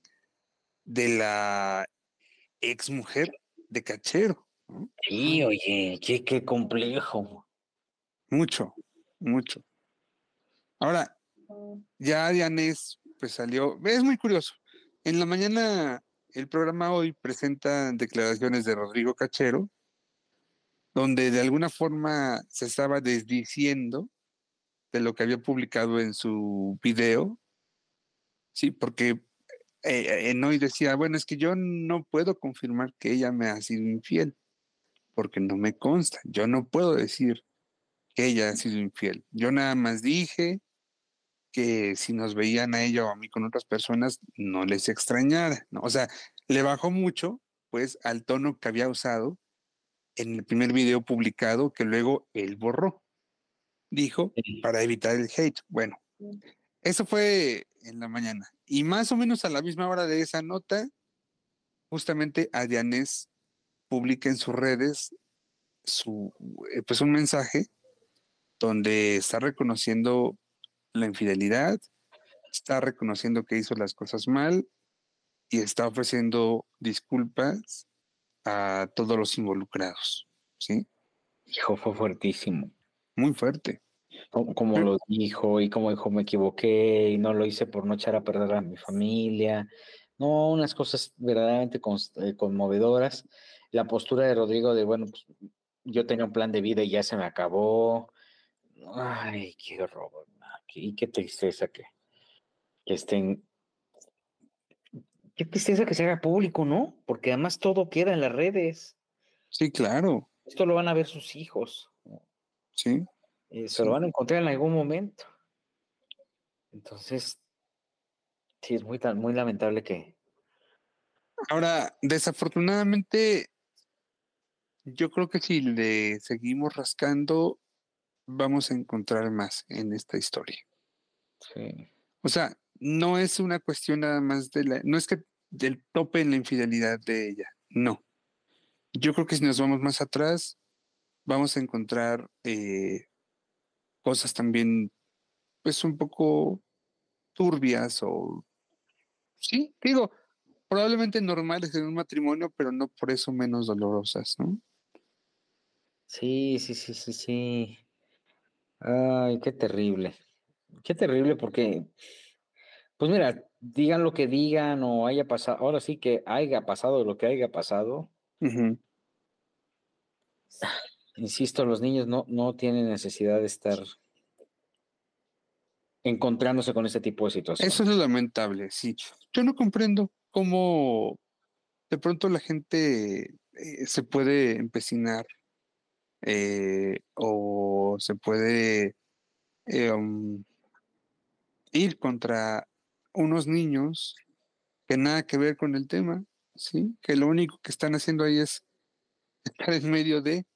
de la ex mujer de Cachero, ¿no? Sí, oye, qué, qué complejo. Mucho, mucho. Ahora, ya Dianés pues salió, es muy curioso. En la mañana el programa hoy presenta declaraciones de Rodrigo Cachero, donde de alguna forma se estaba desdiciendo de lo que había publicado en su video, sí, porque eh, en hoy decía, bueno, es que yo no puedo confirmar que ella me ha sido infiel, porque no me consta, yo no puedo decir que ella ha sido infiel, yo nada más dije que si nos veían a ella o a mí con otras personas, no les extrañara, ¿no? O sea, le bajó mucho, pues, al tono que había usado en el primer video publicado que luego él borró. Dijo, Sí. para evitar el hate. Bueno, eso fue en la mañana. Y más o menos a la misma hora de esa nota, justamente Adianés publica en sus redes su, eh, pues un mensaje donde está reconociendo la infidelidad, está reconociendo que hizo las cosas mal y está ofreciendo disculpas a todos los involucrados, ¿sí? Hijo, fue fuertísimo. Muy fuerte. Como, como Pero, lo dijo y como dijo, me equivoqué y no lo hice por no echar a perder a mi familia. No, unas cosas verdaderamente cons- eh, conmovedoras. La postura de Rodrigo de, bueno, pues yo tenía un plan de vida y ya se me acabó. Ay, qué horror, man, qué- y qué tristeza que, que estén, qué tristeza que se haga público, ¿no? Porque además todo queda en las redes. sí, claro, Esto lo van a ver sus hijos, ¿no? sí, Eh, se lo sí. van a encontrar en algún momento. Entonces, sí, es muy, tan- muy lamentable que, Ahora, desafortunadamente, yo creo que si le seguimos rascando, vamos a encontrar más en esta historia. sí, O sea, no es una cuestión nada más de la, no es que del tope en la infidelidad de ella, no. Yo creo que si nos vamos más atrás, vamos a encontrar eh, cosas también, pues un poco turbias o, sí, digo, probablemente normales en un matrimonio, pero no por eso menos dolorosas, ¿no? Sí, sí, sí, sí, sí. Ay, qué terrible. Qué terrible porque, pues mira, digan lo que digan o haya pasado, ahora sí que haya pasado lo que haya pasado. Ujú. Insisto, los niños no, no tienen necesidad de estar encontrándose con este tipo de Eso es situaciones. lo lamentable, sí. Yo no comprendo cómo de pronto la gente eh, se puede empecinar eh, o se puede eh, um, ir contra unos niños que nada que ver con el tema, ¿sí? Que lo único que están haciendo ahí es estar en medio de...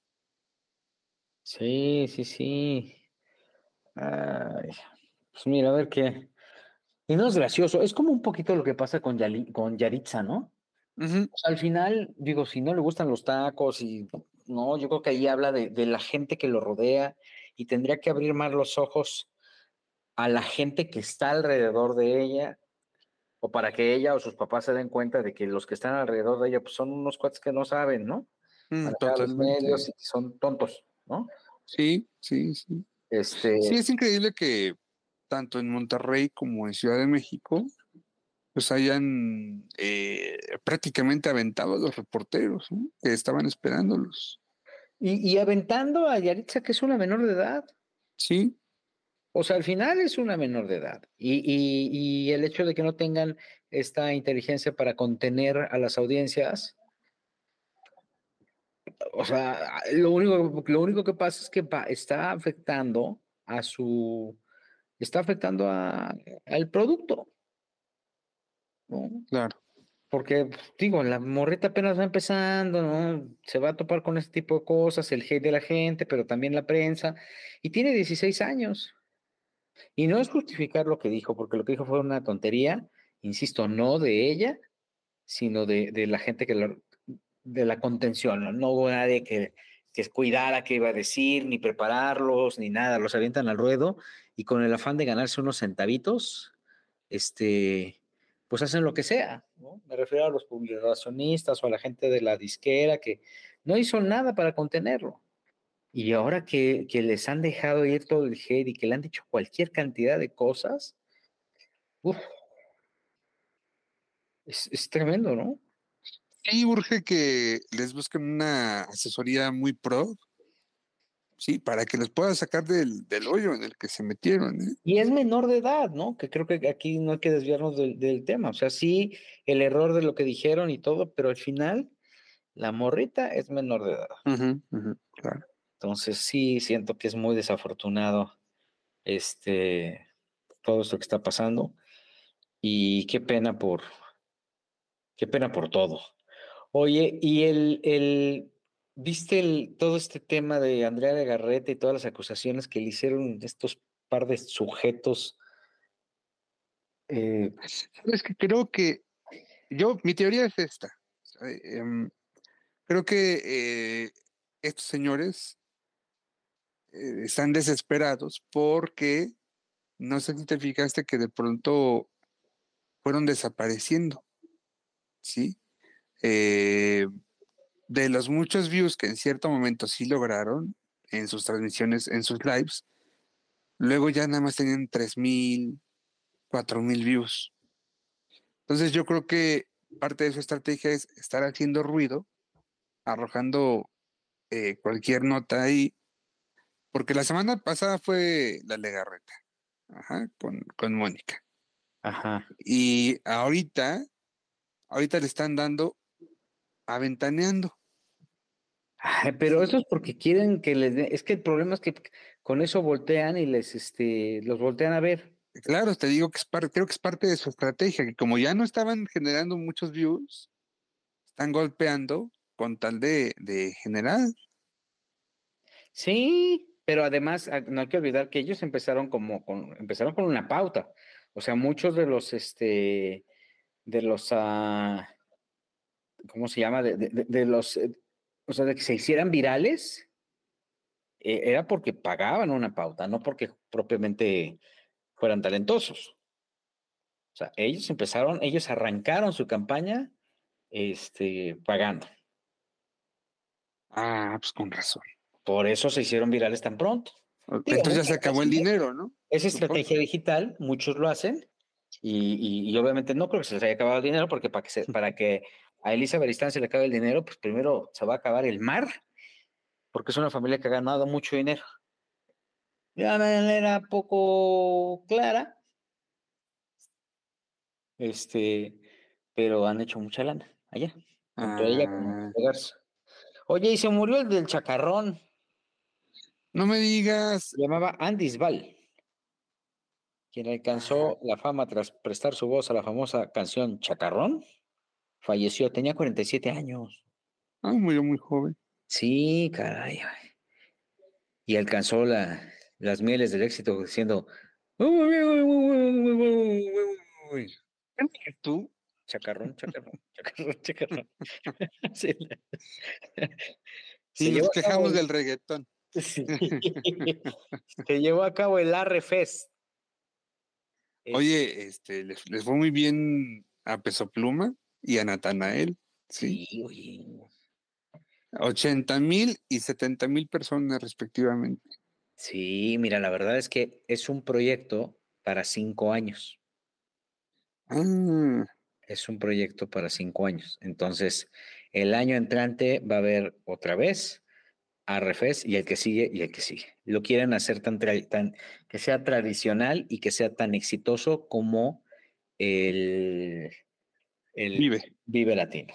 Sí, sí, sí. Ay, pues mira, a ver qué. Y no es gracioso, es como un poquito lo que pasa con, Yali- con Yaritza, ¿no? Ujú, O sea, al final, digo, si no le gustan los tacos y no, yo creo que ahí habla de, de la gente que lo rodea y tendría que abrir más los ojos a la gente que está alrededor de ella o para que ella o sus papás se den cuenta de que los que están alrededor de ella pues son unos cuates que no saben, ¿no? mm, Manejar los medios totalmente. y que son tontos, ¿no? Sí, sí, sí. Sí, Este, es increíble que tanto en Monterrey como en Ciudad de México pues hayan eh, prácticamente aventado a los reporteros, ¿no? Que estaban esperándolos. y, y aventando a Yaritza, que es una menor de edad. Sí, O sea, al final es una menor de edad. Y, y, y el hecho de que no tengan esta inteligencia para contener a las audiencias, o sea, lo único, lo único que pasa es que va- está afectando a su, está afectando a, al producto, ¿no? claro. Porque, pues, digo, la morrita apenas va empezando, ¿no? Se va a topar con este tipo de cosas, el hate de la gente, pero también la prensa, y tiene dieciséis años. Y no es justificar lo que dijo, porque lo que dijo fue una tontería, insisto, no de ella, sino de, de la gente que lo, de la contención, ¿no? No hubo nadie que, que cuidara qué iba a decir, ni prepararlos, ni nada, los avientan al ruedo y con el afán de ganarse unos centavitos, este, pues hacen lo que sea, ¿no? Me refiero a los publicacionistas o a la gente de la disquera que no hizo nada para contenerlo. Y ahora que, que les han dejado ir todo el hate y que le han dicho cualquier cantidad de cosas, uf, es, es tremendo, ¿no? Sí, urge que les busquen una asesoría muy pro, sí, para que los puedan sacar del, del hoyo en el que se metieron, ¿eh? Y es menor de edad, ¿no? Que creo que aquí no hay que desviarnos del, del tema. O sea, sí, el error de lo que dijeron y todo, pero al final la morrita es menor de edad. Ujú, ujú, claro. Entonces sí siento que es muy desafortunado este todo esto que está pasando y qué pena por qué pena por todo. Oye, y el el ¿viste el, todo este tema de Andrea Legarreta y todas las acusaciones que le hicieron estos par de sujetos? Eh, Es que creo que yo, mi teoría es esta. Eh, em, creo que eh, estos señores eh, están desesperados porque no sé si te fijaste que de pronto fueron desapareciendo, ¿sí? Eh, de los muchos views que en cierto momento sí lograron en sus transmisiones, en sus lives, luego ya nada más tenían tres mil, cuatro mil views. Entonces yo creo que parte de su estrategia es estar haciendo ruido, arrojando eh, cualquier nota ahí, porque la semana pasada fue la Legarreta, ajá, con, con Mónica. ajá. Y ahorita, ahorita le están dando aventaneando. Ay, pero eso es porque quieren que les den, es que el problema es que con eso voltean y les, este, los voltean a ver. Claro, te digo que es parte, creo que es parte de su estrategia, que como ya no estaban generando muchos views, están golpeando con tal de, de generar. Sí, pero además ah, no hay que olvidar que ellos empezaron como con, empezaron con una pauta. O sea, muchos de los, este, de los, ah, ¿cómo se llama? De, de- de- de los, eh, o sea, de que se hicieran virales, eh, era porque pagaban una pauta, no porque propiamente fueran talentosos. sea, ellos empezaron, ellos arrancaron su campaña este, pagando. Ah, pues con razón. Por eso se hicieron virales tan pronto. Digo, Entonces ya se muchas acabó el veces dinero, ¿no? es Supongo. estrategia digital, muchos lo hacen, y, y- y obviamente no creo que se les haya acabado el dinero, porque para que, se- para que a Elisa Beristán se le acabe el dinero, pues primero se va a acabar el mar, porque es una familia que ha ganado mucho dinero. De una manera poco clara, este, pero han hecho mucha lana allá, tanto ella como Ah, Mario Garza. Oye, y se murió el del chacarrón, no me digas. se llamaba Andy Sval, quien Ah, alcanzó la fama tras prestar su voz a la famosa canción Chacarrón. Falleció, tenía cuarenta y siete años. ah, murió muy joven. Sí, caray. Y alcanzó la, las mieles del éxito diciendo ¿Tú? chacarrón, chacarrón, chacarrón, chacarrón. Se, la- Y se nos llevó a cabo quejamos el, del reggaetón. sí. Se llevó a cabo el Arre Fest. Es, Oye, este, les, les fue muy bien a Peso Pluma y a Natanael, ¿sí? sí, oye. Ochenta mil y setenta mil personas respectivamente. Sí, mira, la verdad es que es un proyecto para cinco años. Ah, Es un proyecto para cinco años. Entonces, el año entrante va a haber otra vez Arrefes y el que sigue y el que sigue. Lo quieren hacer tan, tra- tan que sea tradicional y que sea tan exitoso como el, el vive. Vive Latino.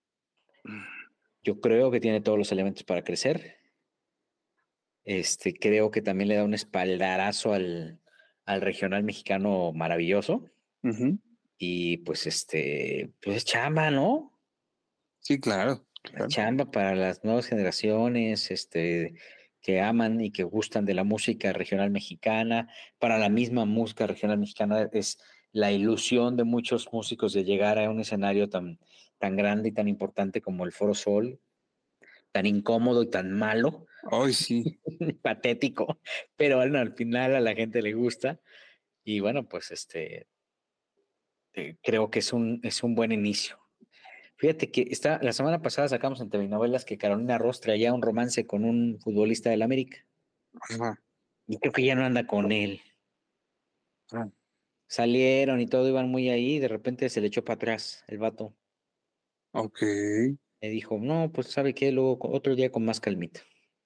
Yo creo que tiene todos los elementos para crecer. Este, creo que también le da un espaldarazo al, al regional mexicano maravilloso. Ujú. Y pues este, pues es chamba, ¿no? Sí, claro, La claro. chamba para las nuevas generaciones, este, que aman y que gustan de la música regional mexicana. Para la misma música regional mexicana es la ilusión de muchos músicos de llegar a un escenario tan, tan grande y tan importante como el Foro Sol, tan incómodo y tan malo, Hoy sí. patético, pero bueno, al final a la gente le gusta. Y bueno, pues este, eh, creo que es un, es un buen inicio. Fíjate que está, la semana pasada sacamos en telenovelas que Carolina Ross traía un romance con un futbolista del América. Ajá. Y creo que ya no anda con él. Ah, Salieron y todo, iban muy ahí, y de repente se le echó para atrás el vato. ok. Le dijo, no, pues sabe qué, luego co- otro día con más calmita.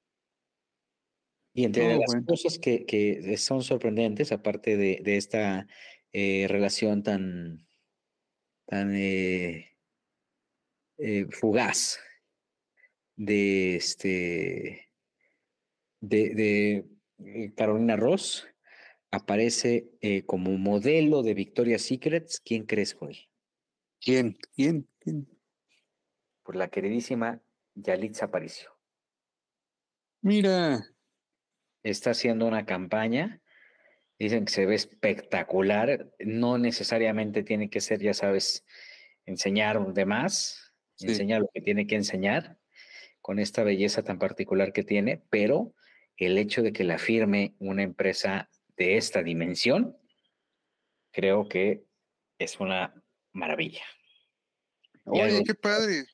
Y entre Oh, las bueno. cosas que, que son sorprendentes, aparte de, de esta eh, relación tan, tan eh, eh, fugaz de este de, de eh, Carolina Ross, aparece eh, como modelo de Victoria's Secrets. ¿Quién crees, Joy? ¿Quién? ¿Quién? ¿Quién? Por la queridísima Yalitza Aparicio. Mira. Está haciendo una campaña, dicen que se ve espectacular, no necesariamente tiene que ser, ya sabes, enseñar de más, Sí. enseñar lo que tiene que enseñar con esta belleza tan particular que tiene, pero el hecho de que la firme una empresa de esta dimensión, creo que es una maravilla. Y algo, Oye, qué padre.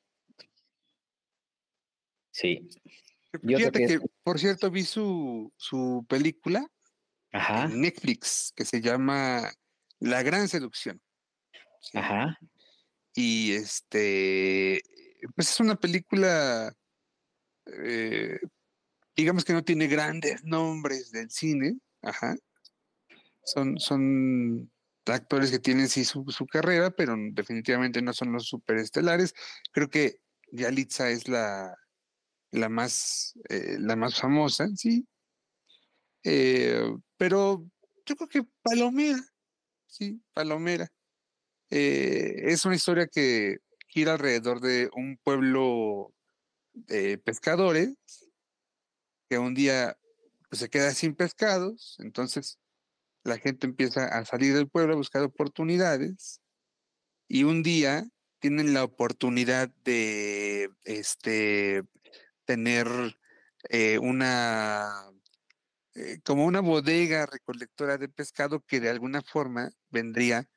sí, y otra Fíjate que es, que, por cierto, vi su, su película en ajá, Netflix que se llama La Gran Seducción. ¿Sí? ajá, Y este, pues es una película, eh, digamos que no tiene grandes nombres del cine. Ajá. Son, son actores que tienen sí su, su carrera, pero definitivamente no son los superestelares. Creo que Yalitza es la, la más, eh, la más famosa, sí. Eh, pero yo creo que Palomera, sí, Palomera. Eh, es una historia que gira alrededor de un pueblo de pescadores que un día pues, se queda sin pescados, entonces la gente empieza a salir del pueblo a buscar oportunidades y un día tienen la oportunidad de este, tener eh, una, eh, como una bodega recolectora de pescado que de alguna forma vendría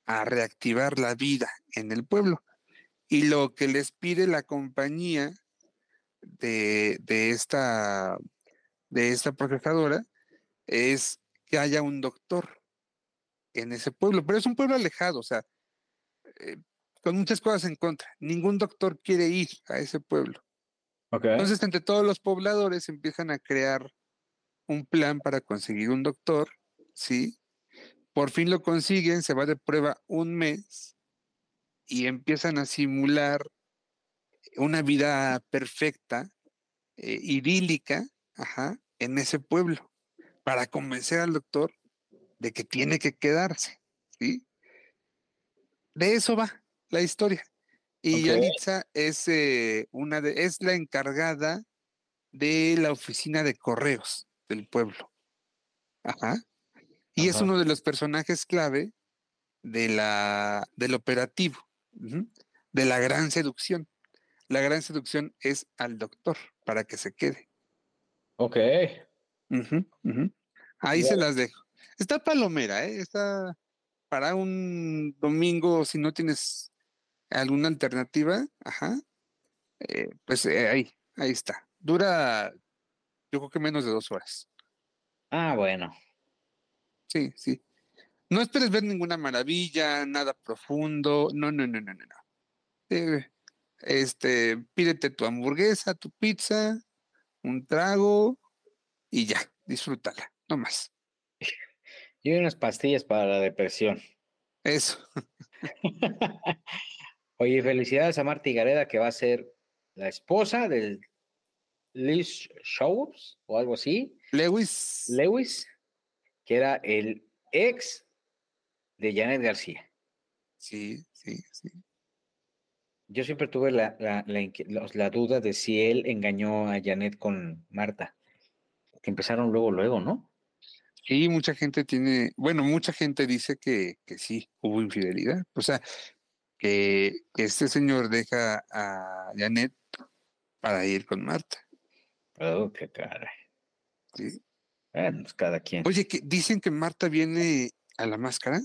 a reactivar la vida en el pueblo. Y lo que les pide la compañía de, de esta, de esta procesadora es que haya un doctor en ese pueblo, pero es un pueblo alejado, o sea, eh, con muchas cosas en contra. Ningún doctor quiere ir a ese pueblo. Ok. Entonces, entre todos los pobladores empiezan a crear un plan para conseguir un doctor, ¿sí? Por fin lo consiguen, se va de prueba un mes y empiezan a simular una vida perfecta, eh, idílica, ajá, en ese pueblo, para convencer al doctor de que tiene que quedarse, ¿sí? De eso va la historia. Y Ok. Yalitza es, eh, una de, es la encargada de la oficina de correos del pueblo. Ajá. Y es Ajá. uno de los personajes clave de la, del operativo, ujú, de la gran seducción. La gran seducción es al doctor para que se quede. Ok. Ujú, ujú. Ahí se las dejo. Está palomera, ¿eh? Está para un domingo, si no tienes alguna alternativa, ajá, eh, pues eh, ahí, ahí está. Dura, yo creo que menos de dos horas. Ah, bueno. Sí, sí. No esperes ver ninguna maravilla, nada profundo. No, no, no, no, no, no. Eh, este, pídete tu hamburguesa, tu pizza, un trago y ya, disfrútala, no más. Y unas pastillas para la depresión. Eso. Oye, felicidades a Marta Gareda, que va a ser la esposa del Liz Shows o algo así, Lewis, Lewis, que era el ex de Janet García. sí, sí, sí. Yo siempre tuve la, la, la, inque- la- la duda de si él engañó a Janet con Marta, que empezaron luego, luego, ¿no? Y mucha gente tiene, bueno, mucha gente dice que, que sí, hubo infidelidad. O sea, que, que este señor deja a Janet para ir con Marta. Oh, qué cara. ¿Sí? Bueno, pues cada quien. Oye, que dicen que Marta viene a la máscara.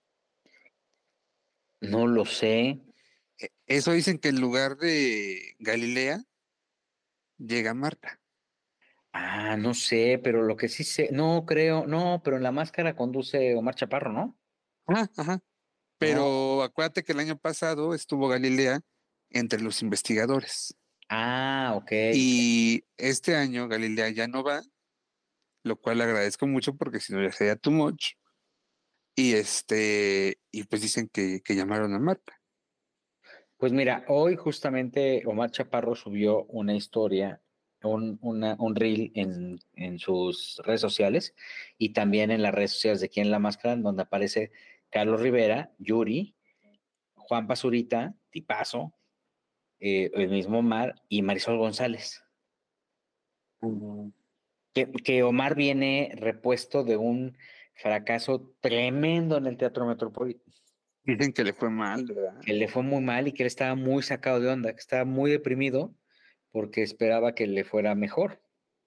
No lo sé. E- Eso dicen que en lugar de Galilea llega Marta. Ah, no sé, pero lo que sí sé, no creo, no, pero en la máscara conduce Omar Chaparro, ¿no? Ah, ajá. No. Pero acuérdate que el año pasado estuvo Galilea entre los investigadores. Ah, ok. Y este año Galilea ya no va, lo cual le agradezco mucho porque si no ya sería too much. Y este, y pues dicen que, que llamaron a Marta. Pues mira, hoy justamente Omar Chaparro subió una historia, un, una, un reel en, en sus redes sociales y también en las redes sociales de Quién la Máscara, en donde aparece Carlos Rivera, Yuri, Juan Pazurita, Tipazo, eh, el mismo Omar y Marisol González. Ujú. Que, que Omar viene repuesto de un fracaso tremendo en el Teatro Metropolitano, Dicen que le fue mal, ¿verdad? que le fue muy mal y que él estaba muy sacado de onda, que estaba muy deprimido porque esperaba que le fuera mejor.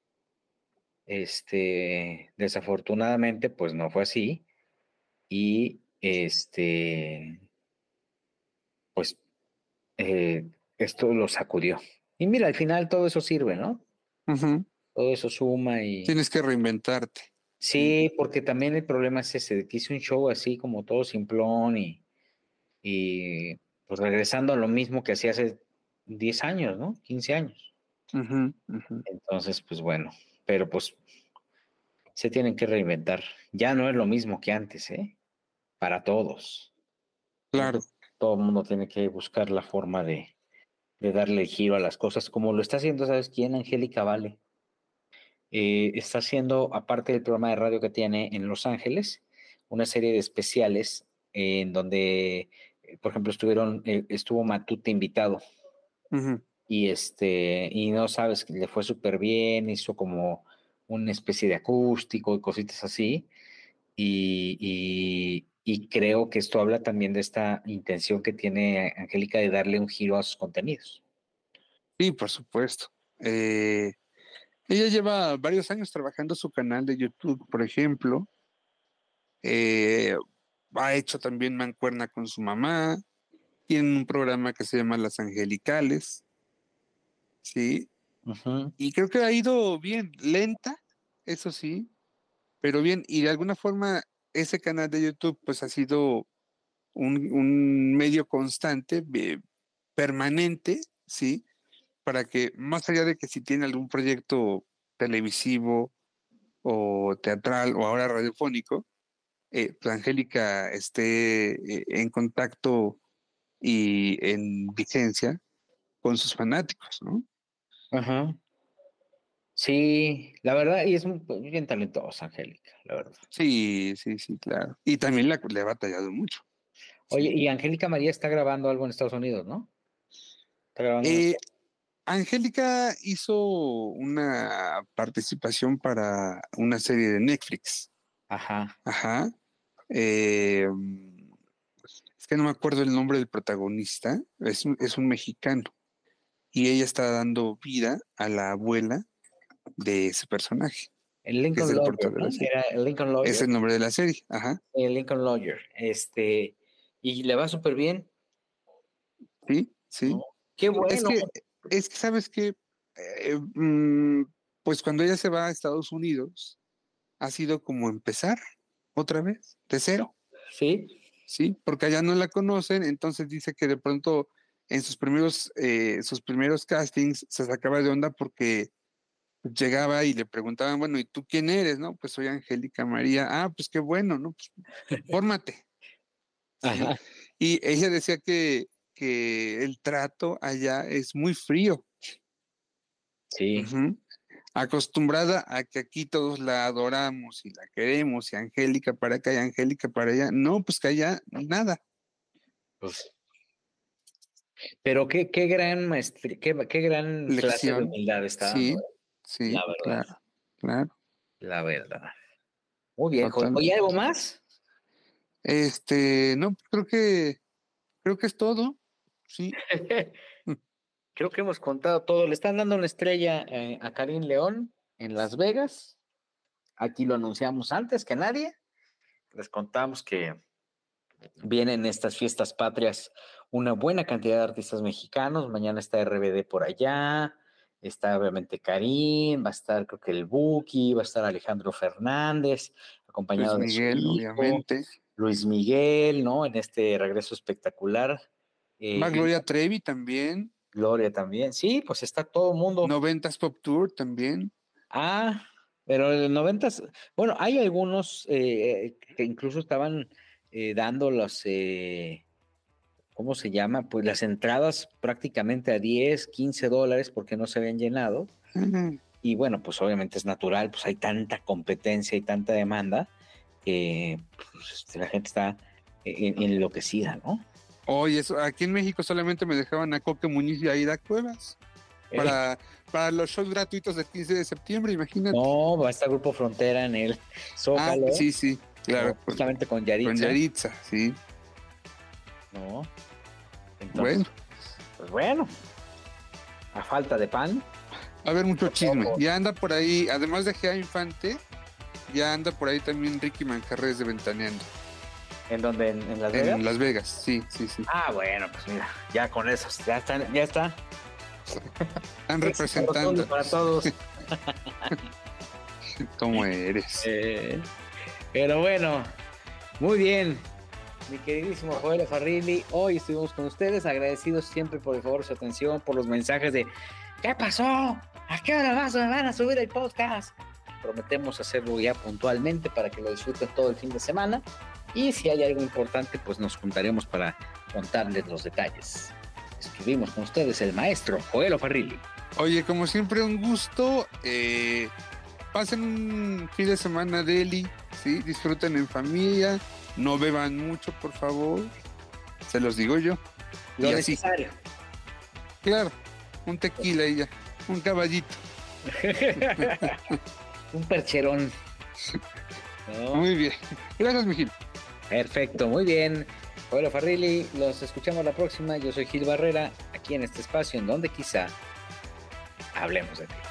Este, desafortunadamente, pues no fue así y este, pues eh, esto lo sacudió. Y mira, al final todo eso sirve, ¿no? Ujú. Todo eso suma y Tienes que reinventarte. Sí. sí, porque también el problema es ese, de que hice un show así como todo simplón y, y pues regresando a lo mismo que hacía hace diez años, ¿no? Quince años. Ujú, ujú. Entonces, pues bueno, pero pues se tienen que reinventar. Ya no es lo mismo que antes, ¿eh? Para todos. Claro. Todo el mundo tiene que buscar la forma de, de darle el giro a las cosas, como lo está haciendo, ¿sabes quién? Angélica Vale. Eh, está haciendo, aparte del programa de radio que tiene en Los Ángeles, una serie de especiales eh, en donde, eh, por ejemplo, estuvieron, eh, estuvo Matute invitado Ujú. y este, y no sabes, que le fue súper bien, hizo como una especie de acústico y cositas así, y, y, y creo que esto habla también de esta intención que tiene Angélica de darle un giro a sus contenidos. Sí, por supuesto. Eh, ella lleva varios años trabajando su canal de YouTube, por ejemplo. Eh, ha hecho también mancuerna con su mamá, tienen un programa que se llama Las Angelicales, ¿sí? Uh-huh. Y creo que ha ido bien, lenta, eso sí, pero bien, y de alguna forma ese canal de YouTube pues ha sido un, un medio constante, eh, permanente, ¿sí? Para que más allá de que si tiene algún proyecto televisivo o teatral o ahora radiofónico, eh, pues Angélica esté eh, en contacto y en vigencia con sus fanáticos, ¿no? Ajá. Sí, la verdad, y es muy, bien talentosa, Angélica, la verdad. Sí, sí, sí, claro. Y también la, le ha batallado mucho. Oye, Sí. y Angélica María está grabando algo en Estados Unidos, ¿no? Está grabando una Eh, serie. Angélica hizo una participación para una serie de Netflix. Ajá. Ajá. Eh, es que no me acuerdo el nombre del protagonista. Es un, es un mexicano. Y ella está dando vida a la abuela de ese personaje, El que es Lincoln el Lawyer, portal de ¿no? la serie. Era el Lincoln Es Lawyer. el nombre de la serie. Ajá. El Lincoln Lawyer. Este, y le va súper bien, Sí, ¿no? sí. Qué Es bueno. que, es que sabes que, eh, mm, pues cuando ella se va a Estados Unidos, ha sido como empezar otra vez, de cero, Sí. ¿sí? Porque allá no la conocen, entonces dice que de pronto en sus primeros, eh, sus primeros castings se sacaba de onda porque llegaba y le preguntaban, bueno, ¿y tú quién eres? No, pues soy Angélica María. Ah, pues qué bueno, ¿no? Pues fórmate, ¿sí? Ajá. Y ella decía que, que el trato allá es muy frío. Sí. Ujú. Acostumbrada a que aquí todos la adoramos y la queremos, y Angélica para acá y Angélica para allá. No, pues que allá nada. Pues, pero qué, qué gran maestría, qué, qué gran clase de Lección. humildad está dando, Sí, ¿eh? La sí, verdad, claro, claro, la verdad. Muy bien, joven. Oye, totalmente. ¿algo más? Este, no, creo que, creo que es todo. Sí. Creo que hemos contado todo. Le están dando una estrella eh, a Karim León en Las Vegas. Aquí lo anunciamos antes que nadie. Les contamos que vienen estas fiestas patrias una buena cantidad de artistas mexicanos. Mañana está R B D por allá. Está obviamente Karim, va a estar creo que el Buki, va a estar Alejandro Fernández, Luis acompañado de su Miguel, hijo, obviamente. Luis Miguel, ¿no? En este regreso espectacular. Eh, Va y Gloria Trevi también. Gloria también. Sí, pues está todo el mundo. Noventas Pop Tour también. Ah, pero en los noventas, bueno, hay algunos eh, que incluso estaban eh, dando los, eh, ¿cómo se llama? Pues las entradas prácticamente a diez, quince dólares porque no se habían llenado. Ujú. Y bueno, pues obviamente es natural, pues hay tanta competencia y tanta demanda que pues, la gente está en- enloquecida, ¿no? Oye, eso, aquí en México solamente me dejaban a Coque Muñiz y a Aida Cuevas Eh, para, para los shows gratuitos del quince de septiembre, imagínate. no, va a estar Grupo Frontera en el Ah, Zócalo, sí, sí, claro, ¿no? con, Justamente con con Yaritza, Yaritza, sí. ¿no? Entonces, Bueno, pues bueno, a falta de pan. va a haber mucho chisme. Ojo. Ya anda por ahí, además de Gea Infante, ya anda por ahí también Ricky Manjarres de Ventaneando. ¿En donde? ¿En, en Las Vegas? En Las Vegas, sí, sí, sí. Ah, bueno, pues mira, ya con esos, ya están, ya está. Están Éxito rotundo representando. para todos. ¿Cómo eres? Eh, pero bueno, muy bien. Mi queridísimo Joel Farrilli, hoy estuvimos con ustedes, agradecidos siempre por el favor su atención, por los mensajes de ¿qué pasó? ¿A qué hora vas? ¿Me van a subir el podcast? Prometemos hacerlo ya puntualmente para que lo disfruten todo el fin de semana. Y si hay algo importante, pues nos juntaremos para contarles los detalles. Estuvimos con ustedes el maestro Joel Farrilli. Oye, como siempre, un gusto. Eh, pasen un fin de semana deli, ¿sí? Disfruten en familia. No beban mucho, por favor. Se los digo yo. Lo Y así, necesario. claro, un tequila y ya, un caballito. Un percherón. ¿No? Muy bien. Gracias, mi Gil. Perfecto, muy bien. Joel Farrilli, los escuchamos la próxima. Yo soy Gil Barrera, aquí en este espacio en donde quizá hablemos de ti.